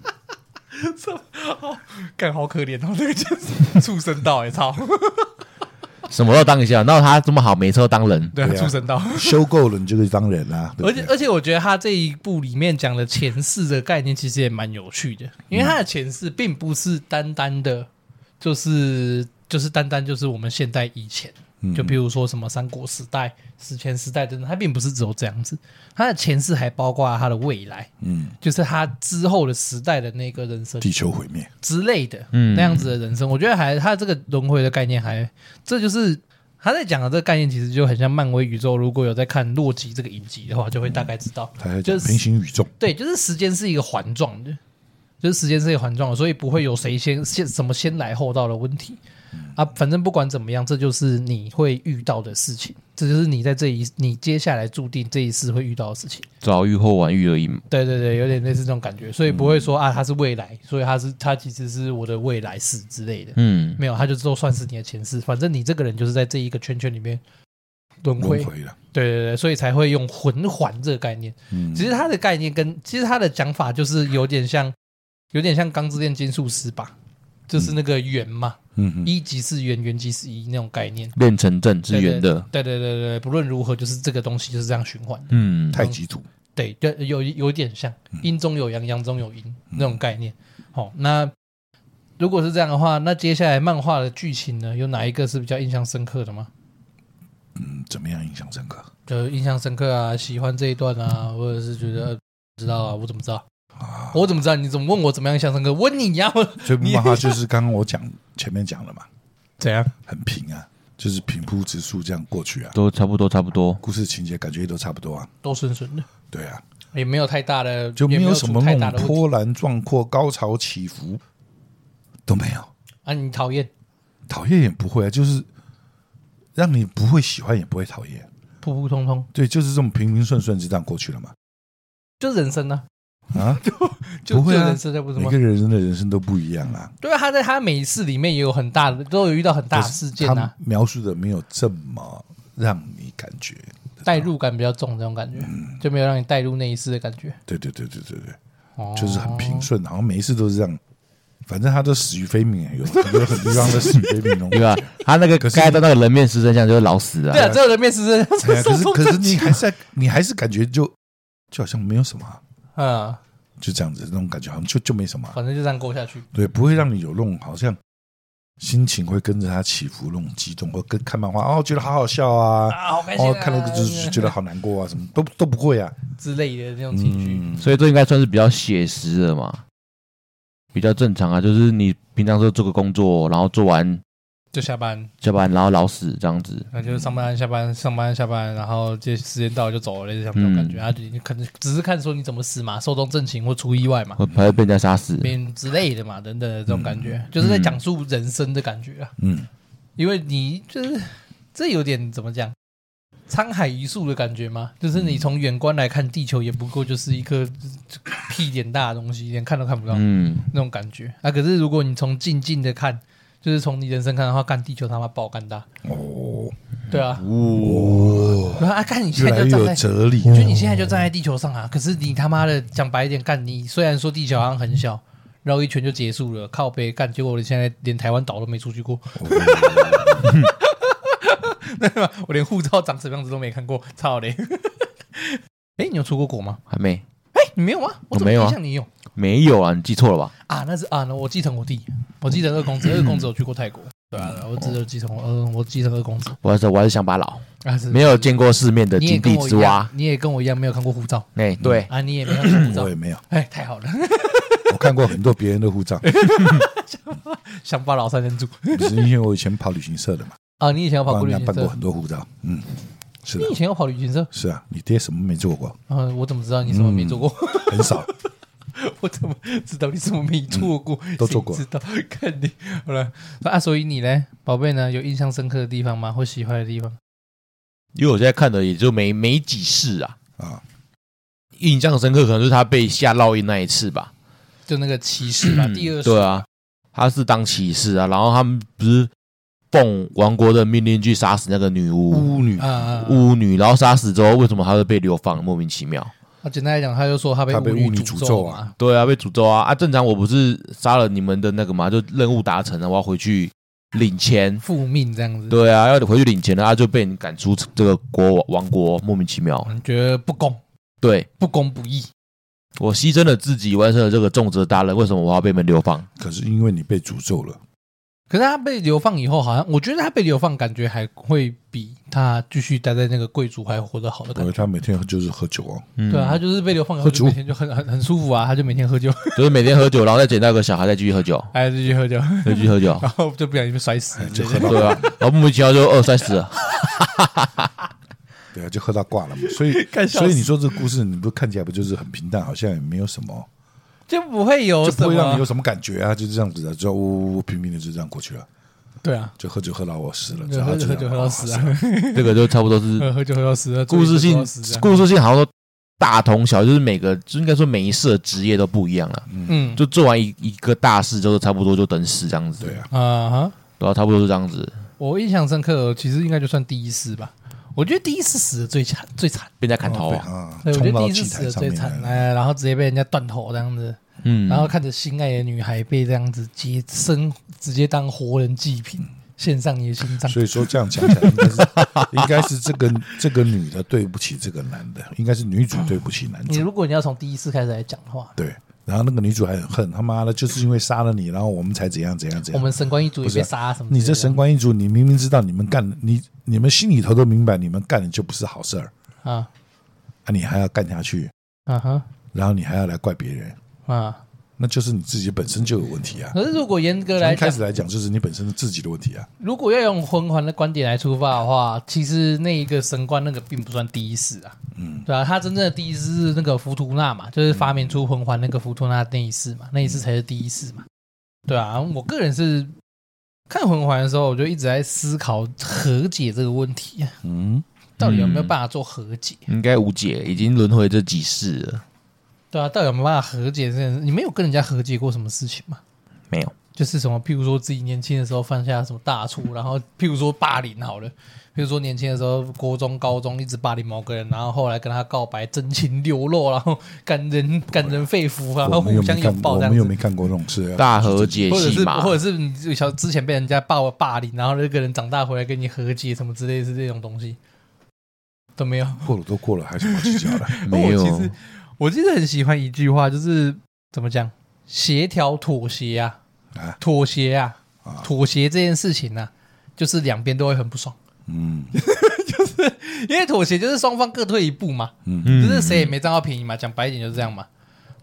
干好可怜哦，那个就是畜生道操。什么都当一下，然后他这么好，每次都当人，对，畜生道修够了，你就可以当人啦。而且我觉得他这一部里面讲的前世的概念其实也蛮有趣的，因为他的前世并不是单单的，就是单单就是我们现代以前，就比如说什么三国时代、史前时代等等，它并不是只有这样子，它的前世还包括他的未来，就是他之后的时代的那个人生，地球毁灭之类的，那样子的人生，我觉得他这个轮回的概念这就是他在讲的这个概念，其实就很像漫威宇宙。如果有在看洛基这个影集的话，就会大概知道，就是平行宇宙，对，就是时间是一个环状的，就是时间是一个环状的，所以不会有谁先来后到的问题。反正不管怎么样，这就是你会遇到的事情，这就是你在你接下来注定这一世会遇到的事情，早遇或晚遇而已嘛。对对对，有点类似这种感觉，所以不会说它是未来，所以它其实是我的未来世之类的。没有，它就都算是你的前世，反正你这个人就是在这一个圈圈里面轮回了。对对对，所以才会用魂环这个概念。其实它的概念其实它的讲法就是有点像钢之炼金术师吧。就是那个圆嘛，一即是圆，圆即是一那种概念，炼成正之圆的。对对对对，不论如何，就是这个东西就是这样循环的。太极图，对，有点像阴中有阳，阳中有阴那种概念。好，那如果是这样的话，那接下来漫画的剧情呢，有哪一个是比较印象深刻的吗？怎么样印象深刻？就印象深刻啊，喜欢这一段啊，或者是觉得不知道啊，我怎么知道？我怎么知道？你怎么问我怎么样印象深刻？问你呀！这部漫画就是刚刚我前面讲了嘛，怎样？很平啊，就是平铺直述这样过去啊，都差不多，故事情节感觉都差不多啊，都顺顺的。对啊，也没有太大的，就没有什么那种波澜壮阔、高潮起伏都没有啊。你讨厌也不会啊，就是让你不会喜欢也不会讨厌，普普通通。对，就是这么平平顺顺就这样过去了嘛，就是人生呢。就不会啊，每个人的人生都不一样啊。对啊，他在他每一世里面也有都有遇到很大的事件啊。他描述的没有这么让你感觉代入感比较重，这种感觉就没有让你带入那一世的感觉。对，就是很平顺，好像每一次都是这样。反正他都死于非命，有很多地方都死于非命，对吧？他那个盖到那个人面狮身像就是老死啊。对啊，这个人面狮身像。可是你还是感觉就好像没有什么。就这样子，那种感觉好像就没什么，反正就这样过下去。对，不会让你有那种好像心情会跟着他起伏，那种激动，或跟看漫画觉得好好笑啊，好开心啊，看那个就是觉得好难过啊，什么都不会啊之类的那种情绪。所以这应该算是比较写实的嘛，比较正常啊。就是你平常时候做个工作，然后做完就下班， 然后老死这样子。 那就是上班下班，上班下班，然后这时间到了就走了，类似像这种感觉。你可能只是看说你怎么死嘛，寿终正寝或出意外嘛， 还会被人家杀死， 之类的嘛，等等的这种感觉，就是在讲述人生的感觉啊。因为你就是这有点怎么讲，沧海一粟的感觉嘛，就是你从远观来看，地球也不过就是一颗屁点大的东西，连看都看不到，那种感觉。可是如果你从近的看。就是从你人生看的话，干地球他妈爆干大哦，对啊，看你现在就站在哲理， 就你现在就站在地球上啊，可是你他妈的讲白一点，干你虽然说地球好像很小，绕一圈就结束了，靠北干，结果我现在连台湾岛都没出去过，对吧？我连护照长什么样子都没看过，操嘞！你有出过国吗？ 还没。 你没有吗？我怎么印象你有？ 没有啊，你记错了吧？ 那是我继承我弟，我继承二公子，二公子有去过泰国，对啊，我只有继承我继承二公子。 我还是乡巴佬，没有见过世面的井底之蛙。 你也跟我一样没有看过护照， 对你也没有看过护照， 我也没有。 太好了， 我看过很多别人的护照。 乡巴佬三人组， 不是因为我以前跑旅行社的嘛？ 你以前有跑过旅行社， 办过很多护照，是的。 你以前有跑旅行社？ 是啊，你爹什么没做过？ 我怎么知道你什么没做过？ 很少。 我怎么知道你什么没做过？ 都做过。 知道，看你好了。所以你呢，宝贝呢，有印象深刻的地方吗？或喜欢的地方？ 因为我现在看的也就没几世啊。印象深刻可能就是他被下烙印那一次吧， 就那个骑士吧，第二世。 对啊，他是当骑士啊，然后他们不是奉王国的命令去杀死那个巫女，然后杀死之后，为什么他会被流放？莫名其妙。 简单来讲，他就说他被巫女诅咒啊。 对啊，被诅咒啊！正常我不是杀了你们的那个嘛，就任务达成了，我要回去领钱， 复命这样子。 对啊，要回去领钱了，就被你赶出这个王国，莫名其妙。 你觉得不公？ 对， 不公不义。 我牺牲了自己，完成了这个重责大任，为什么我要被你们流放？ 可是因为你被诅咒了。 可是他被流放以后，好像我觉得他被流放，感觉还会比他继续待在那个贵族还活得好的感觉。 他每天就是喝酒哦。 对啊，他就是被流放以后，每天就很舒服啊，他就每天喝酒， 就是每天喝酒，然后再捡到一个小孩，再继续喝酒， 继续喝酒， 继续喝酒， 然后就不小心被摔死了， 就喝到对啊，然后莫名其妙就摔死了。 对啊，就喝到挂了嘛。所以你说这个故事，你不看起来不就是很平淡，好像也没有什么。 就不会有什么， 就不会让你有什么感觉啊，就是这样子的，就平平的就这样过去了。 对啊， 就喝酒喝到我死了， 喝酒喝到死啊！ 这个就差不多是喝酒喝到死了。 故事性好像都大同小异，就是就应该说每一世的职业都不一样了。就做完一个大事之后，差不多就等死这样子。 对啊， 对啊，差不多是这样子。 我印象深刻，其实应该就算第一世吧。我觉得第一次死的最惨，被人家砍头对，我觉得第一次死的最惨，然后直接被人家断头这样子，然后看着心爱的女孩被这样子直接当活人祭品，献上你的心脏。 所以说这样讲起来，应该是这个女的对不起这个男的，应该是女主对不起男主。 如果你要从第一次开始来讲的话， 对。然后那个女主还很恨，他妈的，就是因为杀了你，然后我们才怎样。 我们神官一族也被杀什么？ 你这神官一族，你明明知道你们干，你们心里头都明白，你们干的就不是好事儿啊！你还要干下去然后你还要来怪别人那就是你自己本身就有问题啊。 可是如果严格来讲， 一开始来讲就是你本身自己的问题啊。 如果要用魂环的观点来出发的话，其实那一个神官那个并不算第一世啊。对啊，他真正的第一世是那个浮屠纳嘛，就是发明出魂环那个浮屠纳那一世嘛，那一世才是第一世嘛。对啊，我个人是看魂环的时候，我就一直在思考和解这个问题到底有没有办法做和解？ 应该无解，已经轮回这几世了。 对啊，到底有没有办法和解这件事？你没有跟人家和解过什么事情吗？ 没有， 就是什么，譬如说自己年轻的时候犯下什么大错，然后譬如说霸凌好了，譬如说年轻的时候国中、高中一直霸凌某个人，然后后来跟他告白，真情流露，然后感人肺腑，然后互相拥抱这样子。 我们又没干过这种事大和解戏嘛， 或者是你之前被人家霸凌，然后那个人长大回来跟你和解什么之类的，是这种东西都没有。 过了，还是好计较的。 没有。 我其实很喜欢一句话，就是怎么讲，协调妥协啊，妥协这件事情啊，就是两边都会很不爽。就是因为妥协就是双方各退一步嘛，就是谁也没占到便宜嘛，讲白一点就是这样嘛。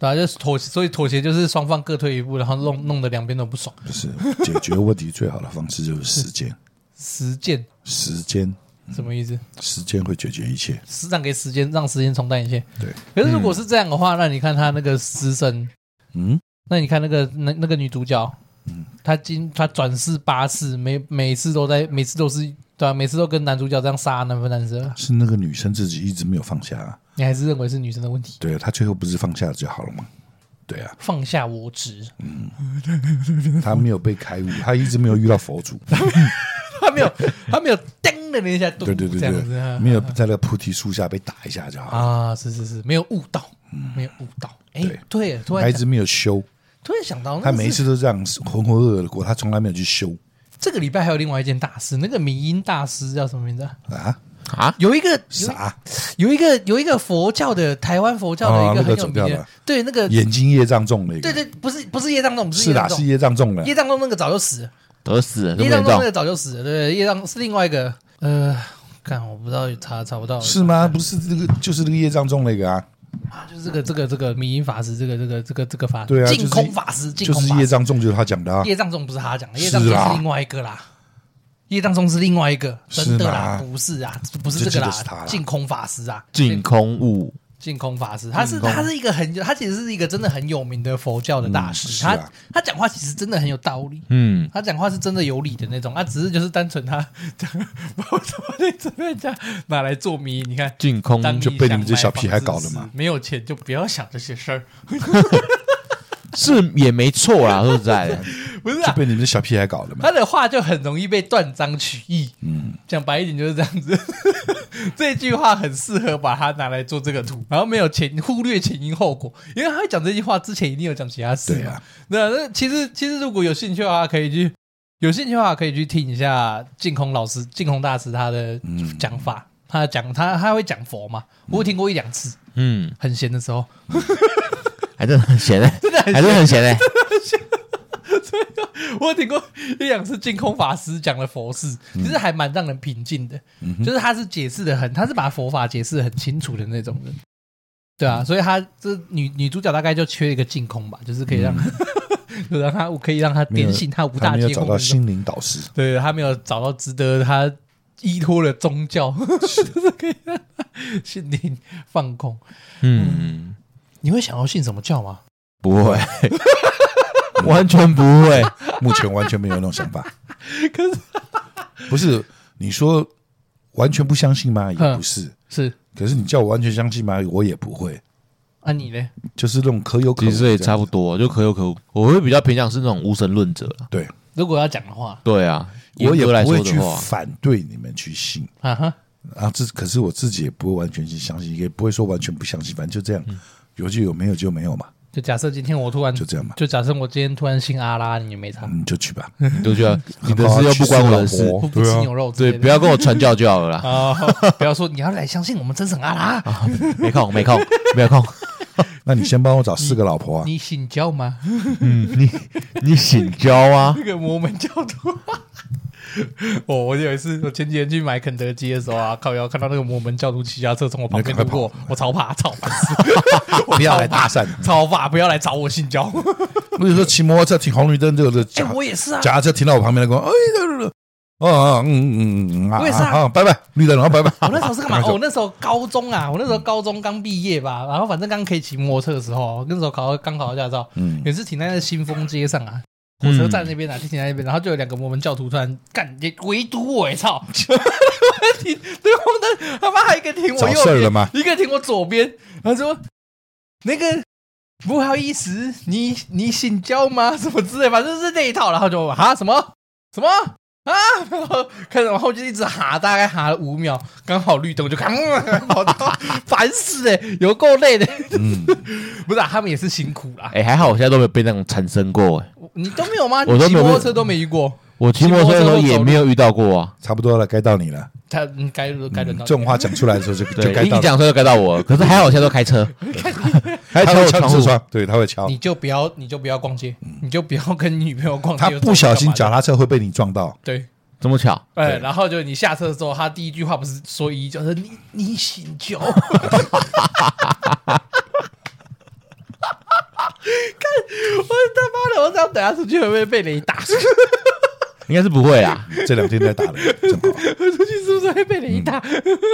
对啊，就是所以妥协就是双方各退一步，然后弄得两边都不爽。 不是解决问题最好的方式就是时间。时间什么意思？ 时间会解决一切， 让时间冲淡一切。 对。 可是如果是这样的话，那你看他那个师生，那你看那个女主角，她转世8次，每次都是对啊，每次都跟男主角这样杀难分难舍。是那个女生自己一直没有放下啊。 你还是认为是女生的问题？ 对啊，她最后不是放下就好了吗？对啊， 放下我执。 她没有被开悟，她一直没有遇到佛祖。 他没有叮的那一下， 对，没有在那个菩提树下被打一下就好了啊！是，没有悟到，没有悟到。哎，对，突然他一直没有修。 突然想到， 他每一次都这样浑浑噩噩的过，他从来没有去修。 这个礼拜还有另外一件大事，那个迷因大师叫什么名字啊？有一个啥？ 有一个佛教的台湾佛教的一个很有名的，对，那个眼睛业障重的一个， 对，不是业障重， 是啦，是业障重的， 业障重那个早就死了。 都死了， 业障重那个早就死了，对，业障是另外一个，看我不知道查不到， 是吗？不是这个，就是那个业障重那个啊， 就是这个迷因法师，这个法师， 对啊， 净空法师， 就是业障重，就是他讲的啊， 业障重不是他讲的，业障重是另外一个啦，业障重是另外一个，真的啦，不是啊，不是这个啦，净空法师啊， 净空悟。 净空法师，他是一个他其实是一个真的很有名的佛教的大师，他讲话其实真的很有道理，他讲话是真的有理的那种，只是就是单纯他我怎么会这边讲拿来做迷，你看净空就被你们这小屁孩搞的嘛， 没有钱就不要想这些事儿。 是也没错啦，说实在的， 不是就被你们小屁孩搞的嘛。 他的话就很容易被断章取义，讲白一点就是这样子。这句话很适合把它拿来做这个图，然后没有忽略前因后果，因为他讲这句话之前一定有讲其他事嘛。对啊，那其实如果有兴趣的话，可以去听一下净空大师他的讲法。他会讲佛嘛，我有听过1-2次，很闲的时候。 还真的很闲欸，还真很闲欸。 所以我有听过1-2次净空法师讲的佛事，其实还蛮让人平静的。就是他是解释的他是把佛法解释的很清楚的那种人。对啊，所以他这女主角大概就缺一个净空吧，就是可以让可以让他点醒他五大皆空。 没有找到心灵导师， 对，他没有找到值得他依托的宗教，就是可以让他心灵放空。你会想要信什么教吗？ 不会，完全不会， 目前完全没有那种想法。 可是不是你说完全不相信吗？也不是， 是。 可是你叫我完全相信吗？我也不会。 啊，你呢？ 就是那种可有可无， 其实也差不多，就可有可无。我会比较偏向是那种无神论者。 对， 如果要讲的话， 对啊， 我也不会去反对你们去信啊。可是我自己也不会完全去相信，也不会说完全不相信，反正就这样。有就有，没有就没有嘛。 就假设今天我突然就这样嘛。 就假设我今天突然信阿拉，你也没差， 你就去吧， 你就觉得你的事又不关我的事， 不吃牛肉， 对，不要跟我传教就好了啦。 不要说你要来相信我们真神阿拉， 没空，没有空。 那你先帮我找4个老婆啊。 你信教吗？ 你信教啊？ 那个摩门教徒。我有一次，我前几天去买肯德基的时候啊，靠腰看到那个摩门教徒骑脚车从我旁边路过，我超怕， 不要来搭讪， 超怕，不要来找我信教。 我有时候骑摩托车停红绿灯，这个我也是啊， 脚踏车停到我旁边来跟我， 我也是啊， 拜拜，绿灯，然后拜拜。 我那时候是干嘛？我那时候高中刚毕业吧，然后反正刚可以骑摩托车的时候，那时候刚考到驾照，也是停在那新丰街上啊。火车站那边啊，停在那边，然后就有2个摩门教徒突然围堵我，操！停对红灯，他妈还一个停我右边，一个停我左边。他说：“那个不好意思，你信教吗？什么之类，反正是那一套。”然后就什么啊，然后看，然后就一直大概了5秒，刚好绿灯，我就看，烦死有够累的。不是他们也是辛苦啦。 还好我现在都没有被那种产生过。 你都没有吗？ 我都没有， 骑摩托车都没遇过。 我骑摩托车的时候也没有遇到过啊。 差不多了，该到你了。 该轮到你。 这种话讲出来的时候就该到。 一讲出来就该到我。可是还好我现在都开车， 还敲我窗户，对，他会敲。 你就不要逛街，你就不要跟你女朋友逛街。 他不小心脚踏车会被你撞到。 对， 这么巧。 然后就你下车的时候，他第一句话不是说就是你信教。 我他妈的，我这样等下出去会不会被雷打？ 应该是不会啦。 这2天在打雷，正好。 我出去是不是会被雷打？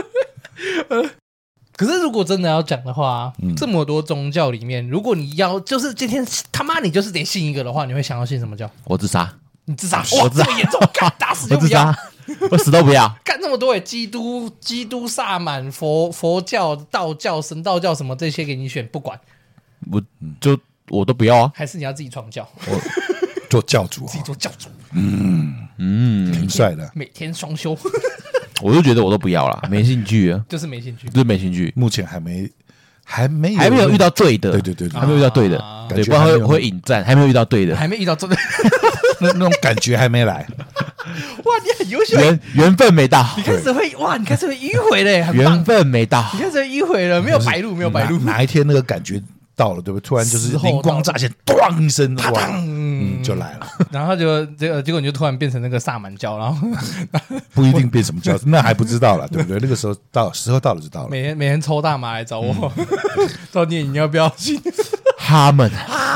可是如果真的要讲的话，这么多宗教里面，如果你要就是今天他妈你就是得信一个的话，你会想要信什么教？ 我自杀， 你自杀？哇，这么严重，干打死就不要， 我死都不要。 干这么多基督、萨满、佛教、道教、神道教什么这些给你选，不管， 我都不要啊。 还是你要自己创教？ 我做教主， 自己做教主， 挺帅的， 每天双修。 我就觉得我都不要啦，没兴趣啊， 就是没兴趣， 就是没兴趣。 目前还没有遇到对的， 对， 还没有遇到对的，对，不然会引战，还没有遇到对的， 还没遇到真的， 那种感觉还没来。 哇，你很优秀， 缘分没到， 你开始会迂回了， 缘分没到， 你开始迂回了，没有白路， 哪一天那个感觉到了，对不对？突然就是灵光乍现，咣一声，哇，就来了。 然后结果你就突然变成那个萨满教，然后不一定变什么教，那还不知道了，对不对？那个时候到了就到了。 每天抽大麻来找我，到底你要不要信？ 他们，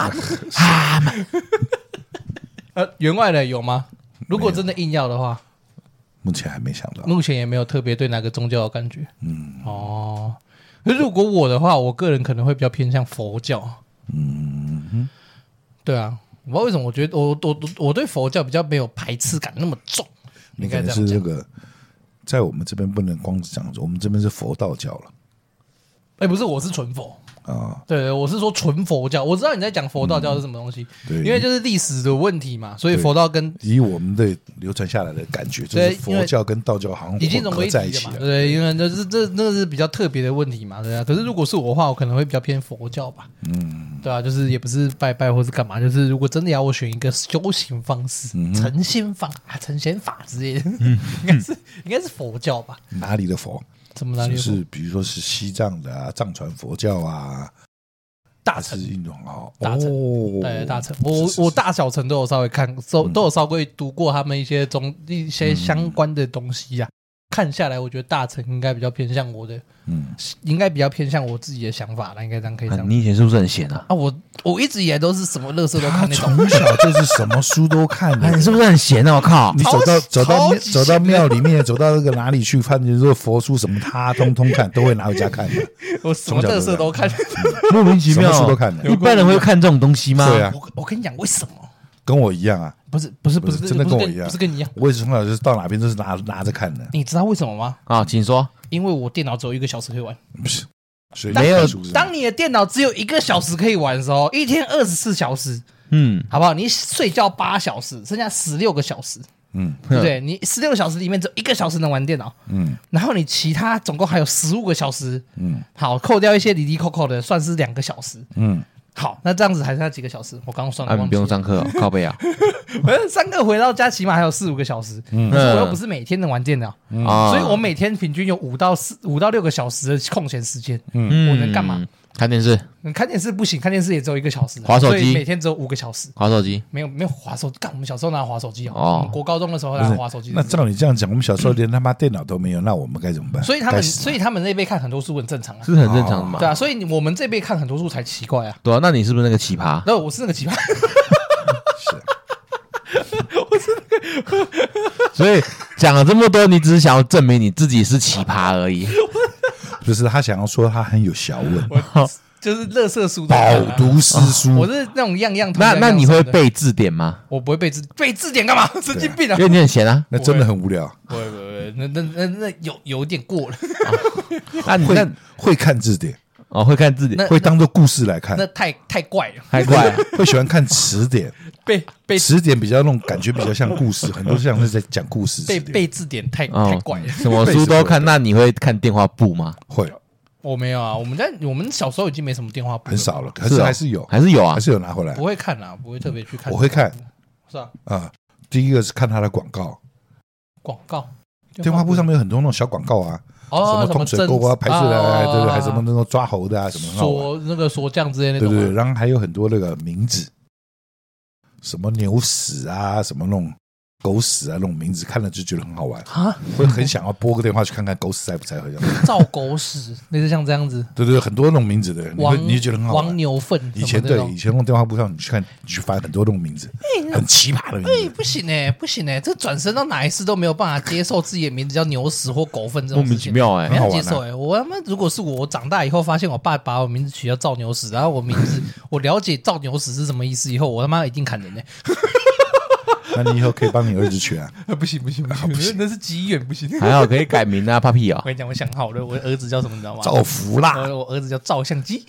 员外的有吗？如果真的硬要的话， 目前还没想到， 目前也没有特别对哪个宗教有感觉。可是如果我的话，我个人可能会比较偏向佛教。对啊，我不知道为什么，我觉得我对佛教比较没有排斥感那么重。 你可能是这个，在我们这边不能光讲，我们这边是佛道教了。 不是，我是纯佛。 啊， 对，我是说纯佛教。我知道你在讲佛道教是什么东西，因为就是历史的问题嘛，所以佛道跟以我们的流传下来的感觉，就是佛教跟道教好像已经融为一体了嘛。对，因为那个是比较特别的问题嘛，对啊。可是如果是我的话，我可能会比较偏佛教吧。对啊，就是也不是拜拜或是干嘛，就是如果真的要我选一个修行方式，成仙法之类的，应该是佛教吧？ 哪里的佛？ 怎么哪里？ 是比如说是西藏的啊，藏传佛教啊， 大乘印度大乘，对大乘，我大小乘都有稍微看，都有稍微读过他们一些相关的东西呀。看下来，我觉得大乘应该比较偏向我的，应该比较偏向我自己的想法了，应该这样可以这样。 你以前是不是很闲啊？ 我一直以来都是什么垃圾都看那种， 从小就是什么书都看的。 你是不是很闲啊？我靠！ 你走到庙里面，走到那个哪里去看，就是说佛书什么，他通通看，都会拿回家看的。 我什么垃圾都看， 莫名其妙， 什么书都看的。 一般人会看这种东西吗？ 对啊， 我跟你讲为什么？ 跟我一样啊。 不是， 真的跟我一样， 不是跟你一样。 我也是从小就是到哪边都是拿着看的。 你知道为什么吗？ 啊，请说。 因为我电脑只有1个小时可以玩。 不是，所以没有。 当你的电脑只有1个小时可以玩的时候，一天24小时，好不好？你睡觉8小时，剩下16个小时，对不对？你16个小时里面只有1个小时能玩电脑，然后你其他总共还有15个小时，好，扣掉一些里里扣扣的，算是2个小时，好，那这样子还剩下几个小时？我刚刚算了， 你不用上课，靠背啊。 反正上课回到家起码还有4-5个小时，可是我又不是每天能玩电脑，所以我每天平均有5到6个小时的空闲时间，我能干嘛？ 看电视。 看电视不行，看电视也只有1个小时， 滑手机， 所以每天只有5个小时。 滑手机没有滑手机，干我们小时候哪滑手机啊？我们国高中的时候哪滑手机？ 那照你这样讲，我们小时候连他妈电脑都没有，那我们该怎么办？ 所以他们那辈看很多书很正常啊， 是很正常的嘛？ 对啊，所以我们这辈看很多书才奇怪啊。 对啊，那你是不是那个奇葩？ 那我是那个奇葩。我是那个。 所以讲了这么多，你只是想要证明你自己是奇葩而已。 就是他想要说他很有学问， 就是垃圾书， 饱读诗书。 我是那种样样通。 那你会背字典吗？ 我不会背字典干嘛？神经病啊！ 因为你很闲啊， 那真的很无聊。 不会，那有点过了。 那你会看字典哦，会看字典， 会当做故事来看。 那太怪了， 太怪了。 会喜欢看词典， 背词典比较那种感觉比较像故事，很多像是在讲故事。 背字典太怪了， 什么书都看。那你会看电话簿吗？ 会。 我没有啊，我们小时候已经没什么电话簿， 很少了，可是还是有啊， 还是有拿回来。 不会看啊，不会特别去看。 我会看， 是啊，第一个是看他的广告，电话簿上面有很多那种小广告啊，什么通水沟啊、排水啊，对不对？还什么那种抓猴的啊，什么那个锁匠之类的那种， 对，然后还有很多那个名字，什么牛屎啊，什么那种狗屎啊那种名字，看了就觉得很好玩啊，会很想要拨个电话去看看狗屎在不在， 造狗屎，类似像这样子。 对对，很多那种名字的，你就觉得很好玩。 王牛粪， 以前那种电话簿上你去看，你去翻很多那种名字，很奇葩的名字。 不行不行这转身到哪一世都没有办法接受自己的名字叫牛屎或狗粪这种事情， 莫名其妙没法接受我他妈如果是我长大以后发现我爸把我名字取叫赵牛屎，然后我名字我了解赵牛屎是什么意思以后，我他妈一定砍人那你以后可以帮你儿子取啊？ 不行，那是基因不行。 还好可以改名啊，Papi 啊！ 我跟你讲，我想好了，我儿子叫什么你知道吗？ 赵福啦， 我儿子叫照相机。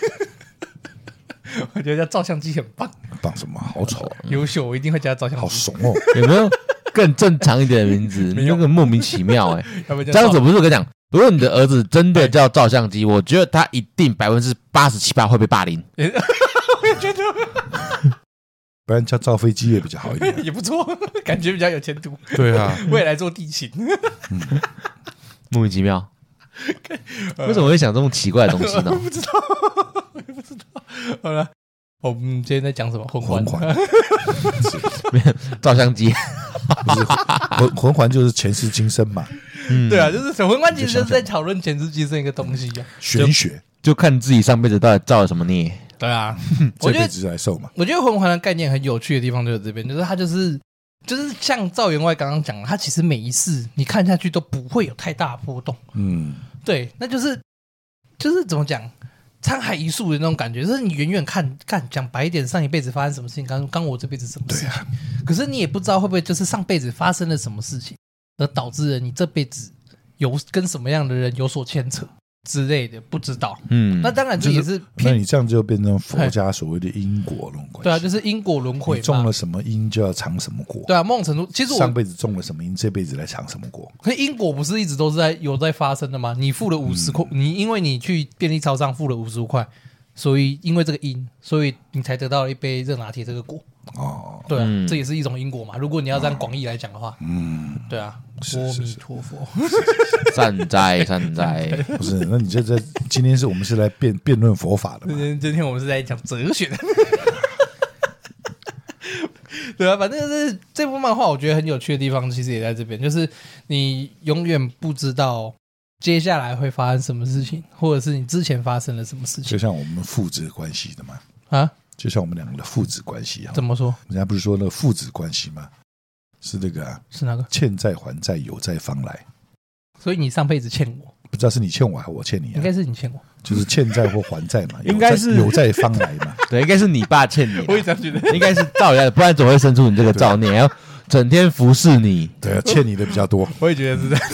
我觉得叫照相机很棒。 棒什么？好丑， 优秀，我一定会叫他照相机。 好怂哦！ 有没有更正常一点的名字？你那个莫名其妙这样子不是我跟你讲，如果你的儿子真的叫照相机，我觉得他一定87%会被霸凌。 我也觉得。 不然叫造飞机也比较好一点， 也不错，感觉比较有前途。 对啊， 未来做地勤， 莫名其妙。为什么会想这种奇怪的东西呢？ 不知道。好了，我们今天在讲什么？魂环， 照相机， 不是魂环就是前世今生嘛。 对啊，就是魂环，其实就是在讨论前世今生一个东西啊， 玄学， 就看自己上辈子到底造了什么孽。 对啊， 这辈子来受嘛。 我觉得魂环的概念很有趣的地方就是这边，就是它就是像赵员外刚刚讲的，它其实每一世你看下去都不会有太大的波动。对，那就是怎么讲，沧海一粟的那种感觉，就是你远远看，讲白一点，上一辈子发生什么事情，刚我这辈子什么事情，可是你也不知道会不会就是上辈子发生了什么事情，而导致了你这辈子有跟什么样的人有所牵扯。之类的不知道，那当然这也是， 那你这样就变成佛家所谓的因果论关系。 对啊，就是因果轮回嘛， 你种了什么因就要尝什么果。 对啊，某种程度，其实我上辈子种了什么因，这辈子来尝什么果。 可是因果不是一直都是有在发生的吗？你付了50块，你因为你去便利超商付了55块，所以因为这个因，所以你才得到了一杯热拿铁这个果。哦，对啊，这也是一种因果嘛。如果你要这样广义来讲的话，对啊，阿弥陀佛， 善哉。 不是，那你今天我们是来辩论佛法的嘛？ 今天我们是在讲哲学的。对啊，反正就是这部漫画，我觉得很有趣的地方，其实也在这边，就是你永远不知道接下来会发生什么事情，或者是你之前发生了什么事情。 就像我们父子关系的嘛，就像我们两个的父子关系。 怎么说？ 人家不是说那个父子关系吗？是那个是哪个？ 欠债还债，有债方来。 所以你上辈子欠我， 不知道是你欠我还是我欠你应该是你欠我， 就是欠债或还债嘛。 应该是有债方来嘛。 对，应该是你爸欠你。 我也这样觉得， 应该是照理来，不然怎么会生出你这个造孽，然后整天服侍你。 对啊，欠你的比较多。 我也觉得是这样。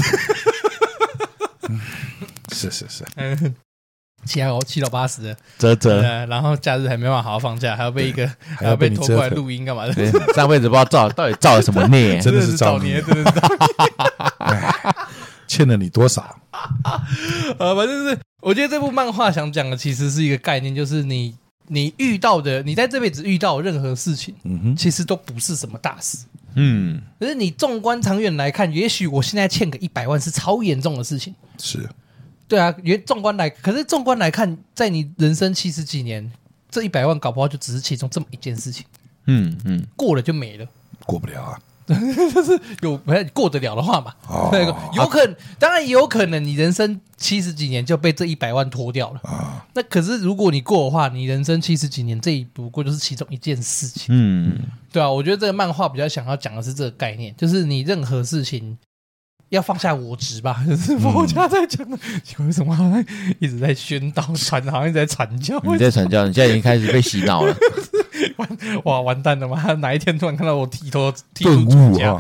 是。 七老80的啧， 然后假日还没办法好好放假，还要被还要被拖过来录音干嘛的？ 上辈子不知道到底造了什么孽， 真的是造孽，真的是造孽。 欠了你多少？ 反正是我觉得这部漫画想讲的其实是一个概念，就是你遇到的，你在这辈子遇到的任何事情，其实都不是什么大事。可是你纵观长远来看，也许我现在欠个100万是超严重的事情。 是。 对啊，可是纵观来看，在你人生70几年，这100万搞不好就只是其中这么一件事情。过了就没了， 过不了啊。 就是过得了的话嘛，有可能，当然也有可能你人生70几年就被这100万拖掉了啊。那可是如果你过的话，你人生70几年，这不过就是其中一件事情。对啊，我觉得这个漫画比较想要讲的是这个概念，就是你任何事情要放下我执吧，就是佛家在讲的。为什么好像一直在宣导好像一直在传教？ 你在传教，你现在已经开始被洗脑了。 哇，完蛋了嘛！哪一天突然看到我剃出主家？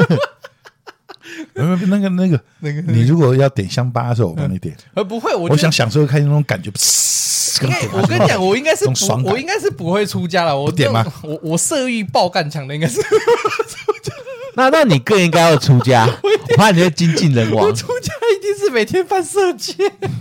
那个，你如果要点香巴的时候，我帮你点。 不会， 我想享受看那种感觉。 我跟你讲，我应该是不会出家了。我点吗？ 我色欲爆干强的，应该是。 那你更应该要出家，我怕你会精尽人亡。 我出家一定是每天犯色戒。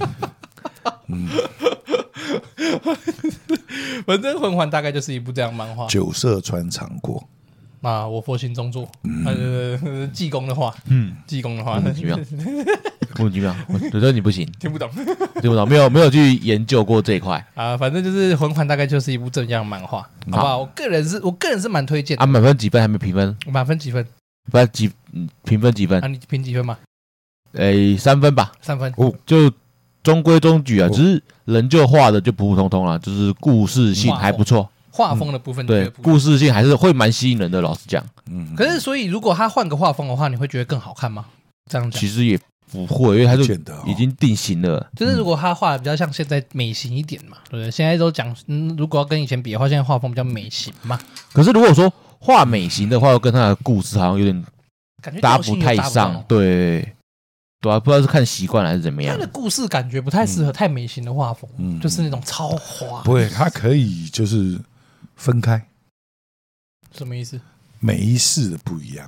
反正魂环大概就是一部这样漫画。 酒色穿肠过啊，我佛心中坐。济公的话， 莫名其妙，我觉得你不行， 听不懂， 没有去研究过这一块啊。反正就是魂环大概就是一部这样漫画，好不好？我个人是蛮推荐的。 满分几分还没评分？ 满分几分？ 不然评分几分？ 啊，你评几分嘛 ？3分吧 ，3分。 就中规中矩啊，只是人就画的就普普通通啦，就是故事性还不错， 画风的部分对，故事性还是会蛮吸引人的。老实讲， 可是所以如果他换个画风的话，你会觉得更好看吗？这样讲其实也不会，因为他就已经定型了。 就是如果他画的比较像现在美型一点嘛，对不对？现在都讲，如果要跟以前比的话，现在画风比较美型嘛。 可是如果说画美型的话，又跟他的故事好像有点搭不太上，对啊，不知道是看习惯还是怎么样。 他的故事感觉不太适合太美型的画风，就是那种超花。 不会，他可以就是分开。 什么意思？ 每一世的不一样。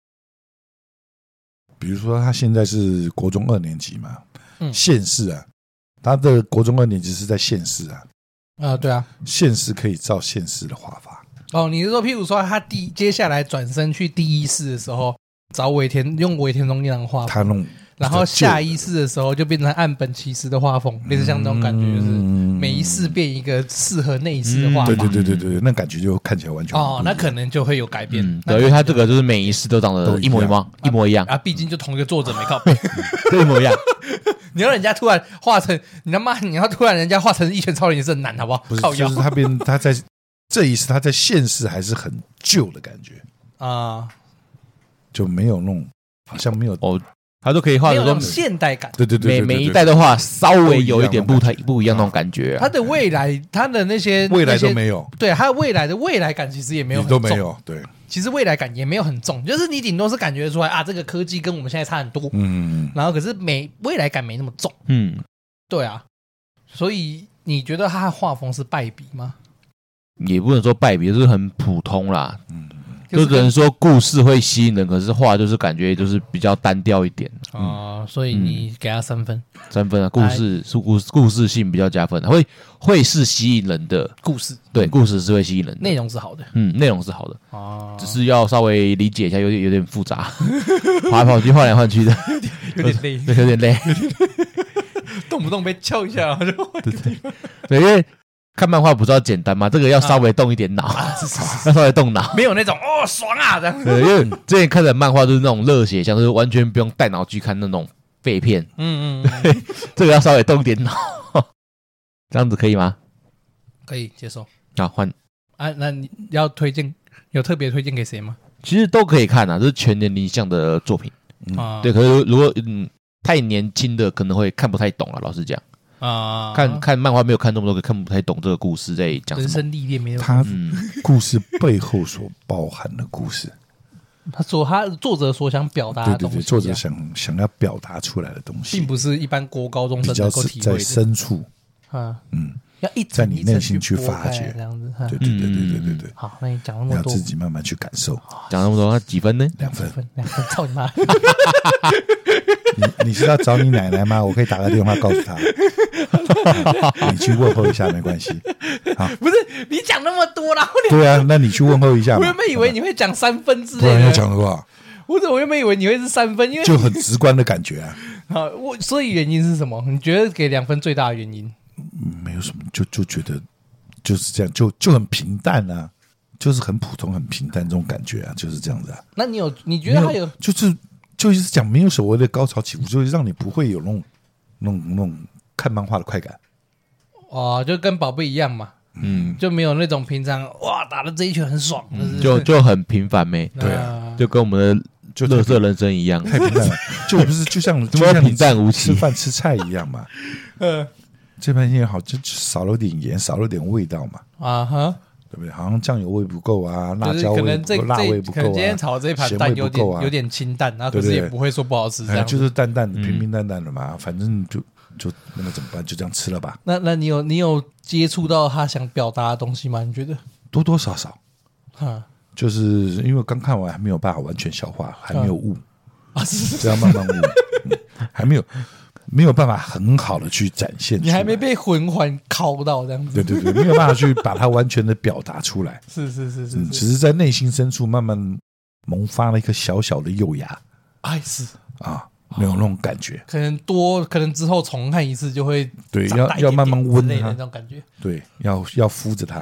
比如说他现在是国中2年级嘛，县市啊，他的国中2年级是在县市啊， 对啊，县市可以照县市的画法。 哦，你是说，譬如说他接下来转身去第一世的时候，找用尾田荣一郎画， 他弄， 然后下一世的时候就变成岸本齐史的画风，类似像这种感觉，就是每一世变一个适合那一世的画法。 对，那感觉就看起来完全那可能就会有改变。 对，因为他这个就是每一世都长得一模一样啊，毕竟就同一个作者没靠背， 都一模一样。 你要人家突然画成，你要突然人家画成一拳超人也是很难，好不好？ 不是，就是他在这一世他在现世还是很旧的感觉啊，就没有那种好像没有他都可以画的那种现代感。 对， 每一代的话稍微有一点不一样那种感觉。 他的未来，他的那些未来都没有， 对，他未来的未来感其实也没有很重，都没有。对， 其实未来感也没有很重，就是你顶多是感觉出来啊，这个科技跟我们现在差很多，然后可是未来感没那么重，对啊，所以你觉得他的画风是败笔吗？ 也不能说败笔，就是很普通啦。就只能说故事会吸引人，可是画就是感觉就是比较单调一点所以你给他3分 ，3分啊，故事性比较加分，会是吸引人的故事， 对，故事是会吸引人的， 内容是好的， 内容是好的只是要稍微理解一下，有点复杂，跑来跑去，换来换去的， 有点累， 有点累， 动不动被敲一下就对，因为看漫画不是要简单吗？这个要稍微动一点脑，要稍微动脑， 没有那种爽啊这样。 对，因为之前看的漫画都是那种热血，像是完全不用带脑去看那种废片。对，这个要稍微动一点脑，这样子可以吗？ 可以接受。 好，换那你要有特别推荐给谁吗？ 其实都可以看这是全年龄向的作品对，可是如果太年轻的可能会看不太懂了，老实讲。看漫画没有看那么多，看不太懂这个故事在讲什么。 人生历练没有他故事背后所包含的故事， 他作者所想表达的东西， 对，作者想要表达出来的东西， 并不是一般国高中生能够体会的， 比较是在深处要在你内心去发掘， 这样子。 对。 好，那你讲那么多， 要自己慢慢去感受。 讲那么多，那几分呢 ？2分， 操你妈！ 你是要找你奶奶吗？我可以打个电话告诉她，你去问候一下没关系。 不是你讲那么多啦， 对啊，那你去问候一下。 我原本以为你会讲3分之类的， 不然要讲的话， 我原本以为你会是3分，因为就很直观的感觉啊。 所以原因是什么？你觉得给2分最大的原因？ 没有什么，就觉得就是这样，就很平淡啊，就是很普通、很平淡这种感觉啊，就是这样子啊。 那你觉得他有就是讲没有所谓的高潮起伏，就是让你不会有那种看漫画的快感就跟宝贝一样嘛，就没有那种平常哇打的这一拳很爽， 就很平凡呗， 对啊， 就跟我们的垃圾人生一样， 太平淡了，就像平淡无奇， 吃饭吃菜一样嘛，这盘也好，就少了点盐，少了点味道嘛，对不对？好像酱油味不够啊，辣椒味辣味不够啊， 可能今天炒这一盘蛋有点清淡，然后可是也不会说不好吃，这样就是淡淡的、平平淡淡的嘛，反正就那么怎么办？就这样吃了吧。 那你有接触到他想表达的东西吗？你觉得多多少少就是因为刚看完还没有办法完全消化，还没有悟这样慢慢悟，还没有办法很好的去展现出来， 你还没被魂环拷到这样子， 对，没有办法去把它完全的表达出来， 是， 只是在内心深处慢慢萌发了一颗小小的幼芽， 是没有那种感觉， 可能之后重看一次就会对，要慢慢温它那种感觉， 对，要敷着它，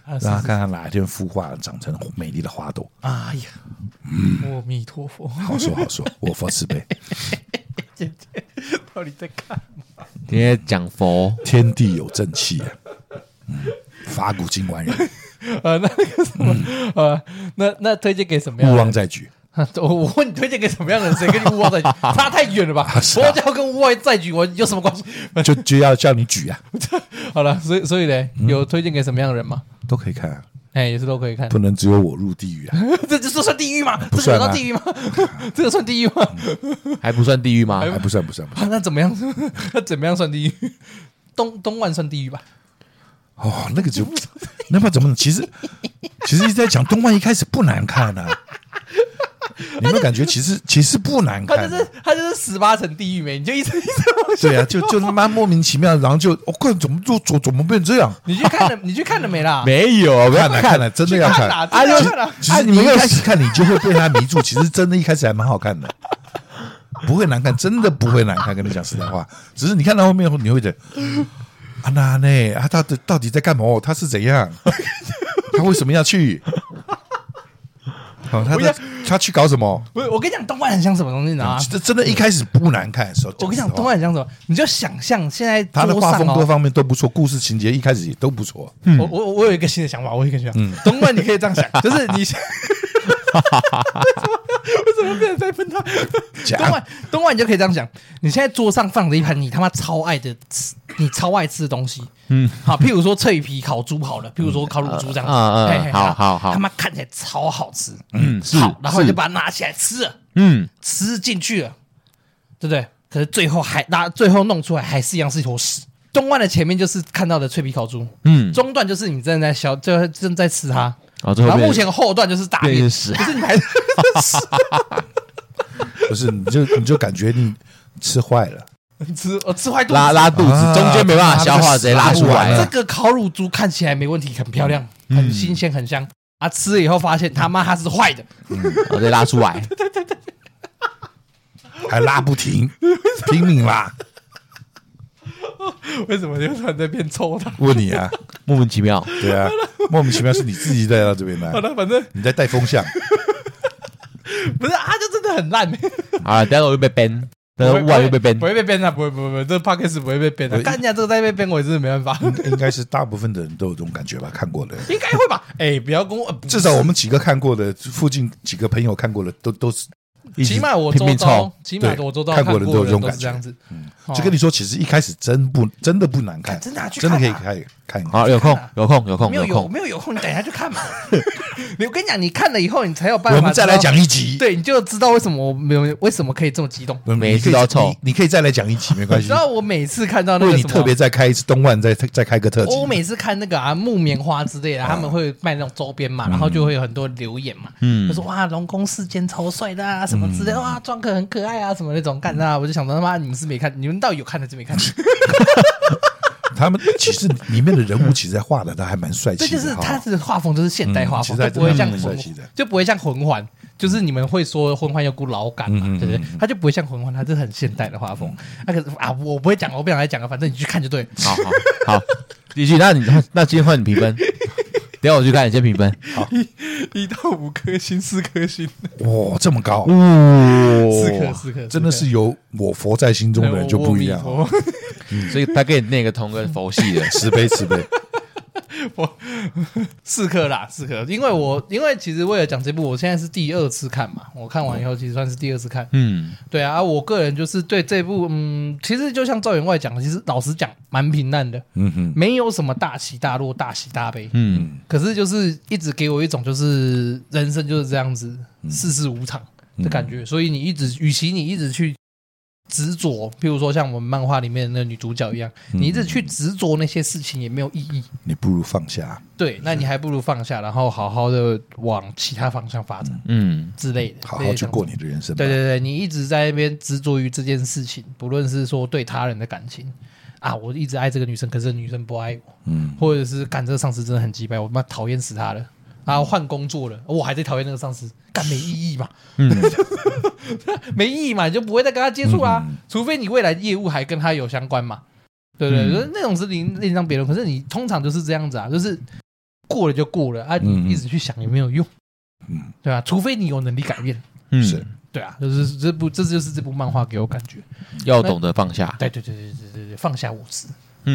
让他看看哪一天孵化长成美丽的花朵。 哎呀，阿弥陀佛， 好说好说，我佛慈悲。 姐姐到底在干嘛？ 今天讲佛， 天地有正气啊，法古今完人。 那个什么，那推荐给什么样的勿人？ 忘在举。 我问你推荐给什么样的人？谁跟你勿忘在举？差太远了吧？佛教跟勿忘在举我有什么关系？ 就要叫你举啊。 好了，所以呢，有推荐给什么样的人吗？ 都可以看啊， 也是都可以看。 不能只有我入地狱啊。 这算地狱吗？ 不算啊， 这个有到地狱吗？这个算地狱吗？ 还不算地狱吗？ 还不算。 那怎么样？那怎么样算地狱？东万算地狱吧？ 哦，那个就那么怎么？其实一直在讲东万一开始不难看啊。你有没有感觉其实不难看？ 他就是18层地狱没，你就一直对啊，就他妈莫名其妙，然后就看怎么变这样？ 你去看了没啦？ 没有， 看了，真的要看啊！ 其实你一开始看你就会被他迷住，其实真的一开始还蛮好看的，不会难看，真的不会难看。跟你讲实在话，只是你看到后面你会觉得啊那呢啊，他到底在干嘛？他是怎样？他为什么要去？他去搞什么？ 我跟你讲，东万很像什么东西，你知道吗？ 这真的一开始不难看的时候， 我跟你讲，东万很像什么？你就想象现在他的画风各方面都不错，故事情节一开始也都不错。 我有一个新的想法，东万你可以这样想，就是你为什么变成在分他？东万你就可以这样想，你现在桌上放着一盘你他妈超爱吃的东西，好，譬如说脆皮烤猪好了，譬如说烤乳猪这样子， 好， 他妈看起来超好吃， 是， 好，然后你就把它拿起来吃了，吃进去了，对不对？可是最后弄出来还是一样是一坨屎。东万的前面就是看到的脆皮烤猪，中段就是你正在吃它，然后目前后段就是大便屎，可是你还是屎， 不是你就感觉你吃坏了。 吃坏肚子， 拉肚子，中间没办法消化，直接拉出来。 这个烤乳猪看起来没问题，很漂亮，很新鲜，很香啊！吃了以后发现他妈它是坏的， 直接拉出来， 对， 还拉不停，拼命拉。 为什么就突然在变臭的？ 问你啊， 莫名其妙。 对啊，莫名其妙是你自己带到这边来。 好了，反正你在带风向， 不是啊，就真的很烂。 啊，等下我会被 ban。万又被 ban， 不会被 ban 啊，不会，这 podcast 不会被 ban 啊。干人家这个在被 ban， 我也真的没办法。 应该是大部分的人都有这种感觉吧？看过的， 应该会吧？不要跟我， 至少我们几个看过的，附近几个朋友看过的，都是。 起码我周遭看过的都有这种感觉，这样子。 就跟你说，其实一开始真的不难看， 真的可以看。 好，有空， 没有空，你等一下去看嘛。我跟你讲，你看了以后，你才有办法。 我们再来讲一集， 对，你就知道为什么可以这么激动。 每次都要凑， 你可以再来讲一集，没关系。 你知道我每次看到那个， 你特别再开一次东万，再开个特辑。 我每次看那个木棉花之类的，他们会卖那种周边嘛，然后就会有很多留言嘛，就说哇，龙宫世间超帅的啊，什么之类的，哇，庄客很可爱啊，什么那种干的。我就想说他妈，你们是没看，你们到底有看还是没看？ 他们其实里面的人物其实画的都还蛮帅气的， 对，就是他的画风就是现代画风，就不会像魂环，就是你们会说魂环有股老感嘛，对不对？他就不会像魂环，他是很现代的画风。那个我不会讲，我不想来讲了，反正你去看就对。 好，继续。那今天换你评分。等一下我去看，你先评分。好 ，1到5颗星，4颗星。 哇，这么高 ！4颗， 真的是有我佛在心中的人就不一样。 所以他跟你那个同个佛系的， 慈悲。 我4颗啦，4颗。因为其实为了讲这部，我现在是第2次看嘛。我看完以后，其实算是第2次看。对啊，我个人就是对这部，其实就像赵员外讲的，其实老实讲，蛮平淡的。没有什么大起大落、大喜大悲。可是就是一直给我一种就是人生就是这样子，世事无常的感觉。所以与其你一直去执着，譬如说像我们漫画里面的那个女主角一样，你一直去执着那些事情也没有意义， 你不如放下。 对，那你还不如放下，然后好好的往其他方向发展，之类的， 好好去过你的人生。 对，你一直在那边执着于这件事情，不论是说对他人的感情啊，我一直爱这个女生，可是女生不爱我，或者是干这个上司真的很鸡掰，我妈讨厌死他了。然后换工作了，我还在讨厌那个上司，干没意义嘛？没意义嘛，你就不会再跟他接触啦。除非你未来业务还跟他有相关嘛，对不对？那种是另当别论。可是你通常就是这样子啊，就是过了就过了啊，你一直去想也没有用，对吧？除非你有能力改变， 是， 对啊，就是这就是这部漫画给我感觉， 要懂得放下， 对，放下我执，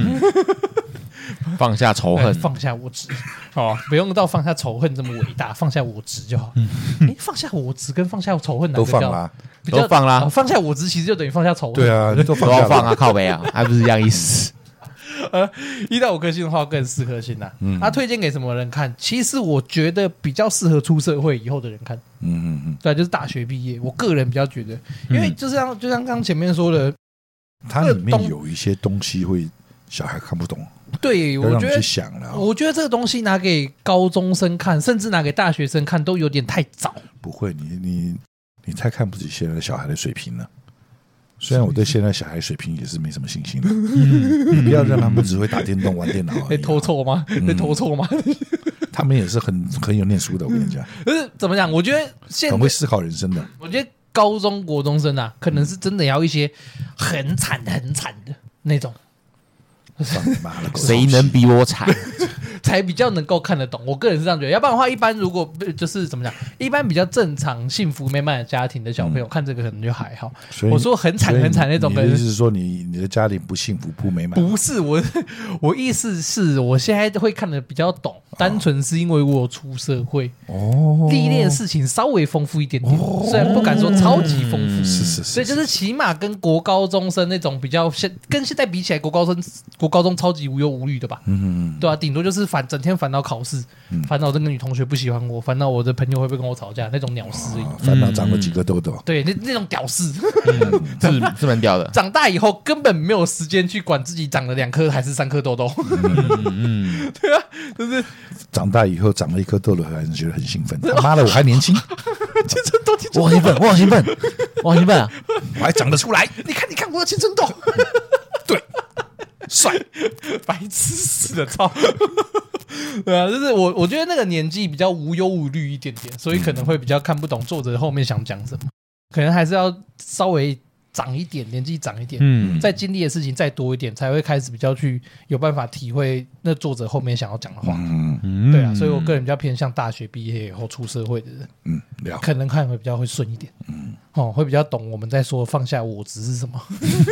放下仇恨， 放下我执，不用到放下仇恨这么伟大，放下我执就好。放下我执跟放下仇恨都放啦， 都放啦， 放下我执其实就等于放下仇恨， 对啊，都要放啊，靠北啊，还不是一样意思。 1到5颗星的话，更4颗星啦。推荐给什么人看？其实我觉得比较适合出社会以后的人看。对，就是大学毕业。我个人比较觉得，因为就像刚刚前面说的， 它里面有一些东西会小孩看不懂。 对，我觉得我觉得这个东西拿给高中生看，甚至拿给大学生看，都有点太早。 不会，你太看不起现在的小孩的水平了。虽然我对现在小孩水平也是没什么信心的，你不要让他们只会打电动、玩电脑。 被偷错吗？ 他们也是很有念书的，我跟你讲。 可是怎么讲？我觉得很会思考人生的。 我觉得高中国中生啊，可能是真的要一些很惨的那种。 谁能比我惨？ 才比较能够看得懂，我个人是这样觉得。要不然的话，一般如果就是怎么讲，一般比较正常、幸福美满的家庭的小朋友看这个可能就还好。我说很惨那种， 你的意思是说你的家庭不幸福、不美满？ 不是我意思是我现在会看得比较懂，单纯是因为我有出社会，历练的事情稍微丰富一点点，虽然不敢说超级丰富， 是， 所以就是起码跟国高中生那种比较跟现在比起来，国高中超级无忧无虑的吧，对啊，顶多就是整天烦恼考试，烦恼这个女同学不喜欢我，烦恼我的朋友会不会跟我吵架那种鸟事而已， 烦恼长了几个痘痘， 对，那种屌事， 是蛮屌的。 长大以后根本没有时间去管自己长了2颗还是3颗痘痘，对啊，就是长大以后长了1颗痘痘，还是觉得很兴奋。他妈的，我还年轻， 青春痘， 我好兴奋啊！ 我还长得出来， 你看我的青春痘， 对。帅， 白痴死了，操！对啊，就是我觉得那个年纪比较无忧无虑一点点，所以可能会比较看不懂作者后面想讲什么，可能还是要稍微长一点，年纪长一点，再经历的事情再多一点，才会开始比较去有办法体会那作者后面想要讲的话。对啊，所以我个人比较偏向大学毕业以后出社会的人，可能看会比较会顺一点，会比较懂我们在说放下我执是什么。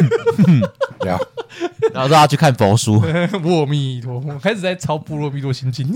然后都要去看佛书。 阿弥陀佛，开始在抄《般若蜜多心经》。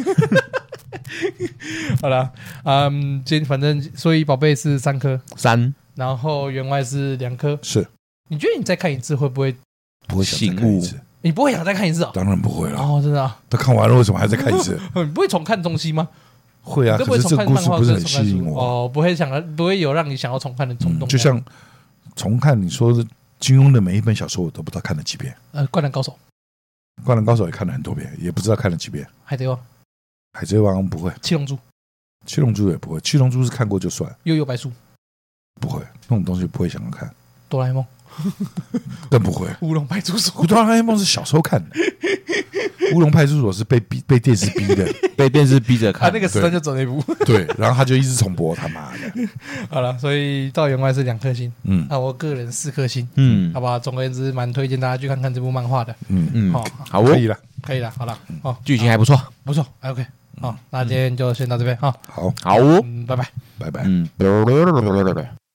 好了，反正所以宝贝是3颗 ，3， 然后员外是2颗。 是， 你觉得你再看一次会不会醒悟？ 你不会想再看一次啊？ 当然不会了。 真的啊？ 都看完了，为什么还在看一次？ 你不会重看东西吗？ 会啊，可是这个故事不是很吸引我。 不会有让你想要重看的冲动。 就像重看你说的金庸的每一本小说，我都不知道看了几遍。 灌篮高手也看了很多遍，也不知道看了几遍。 海贼王不会。 七龙珠也不会。七龙珠是看过就算。 幽游白书不会，那种东西不会想要看。 哆啦 A 梦更不会。 乌龙派出所， 哆啦 A 梦是小时候看的。乌龙派出所是被电视逼的， 被电视逼着看。 他那个时段就走那部。 对，然后他就一直重播，他妈的。 好了，所以到员外是2颗星，我个人4颗星，好不好？总而言之，蛮推荐大家去看看这部漫画的。 好，可以了， 好了， 剧情还不错 ，OK，好，那今天就先到这边， 好， 拜拜， 拜拜， 拜拜。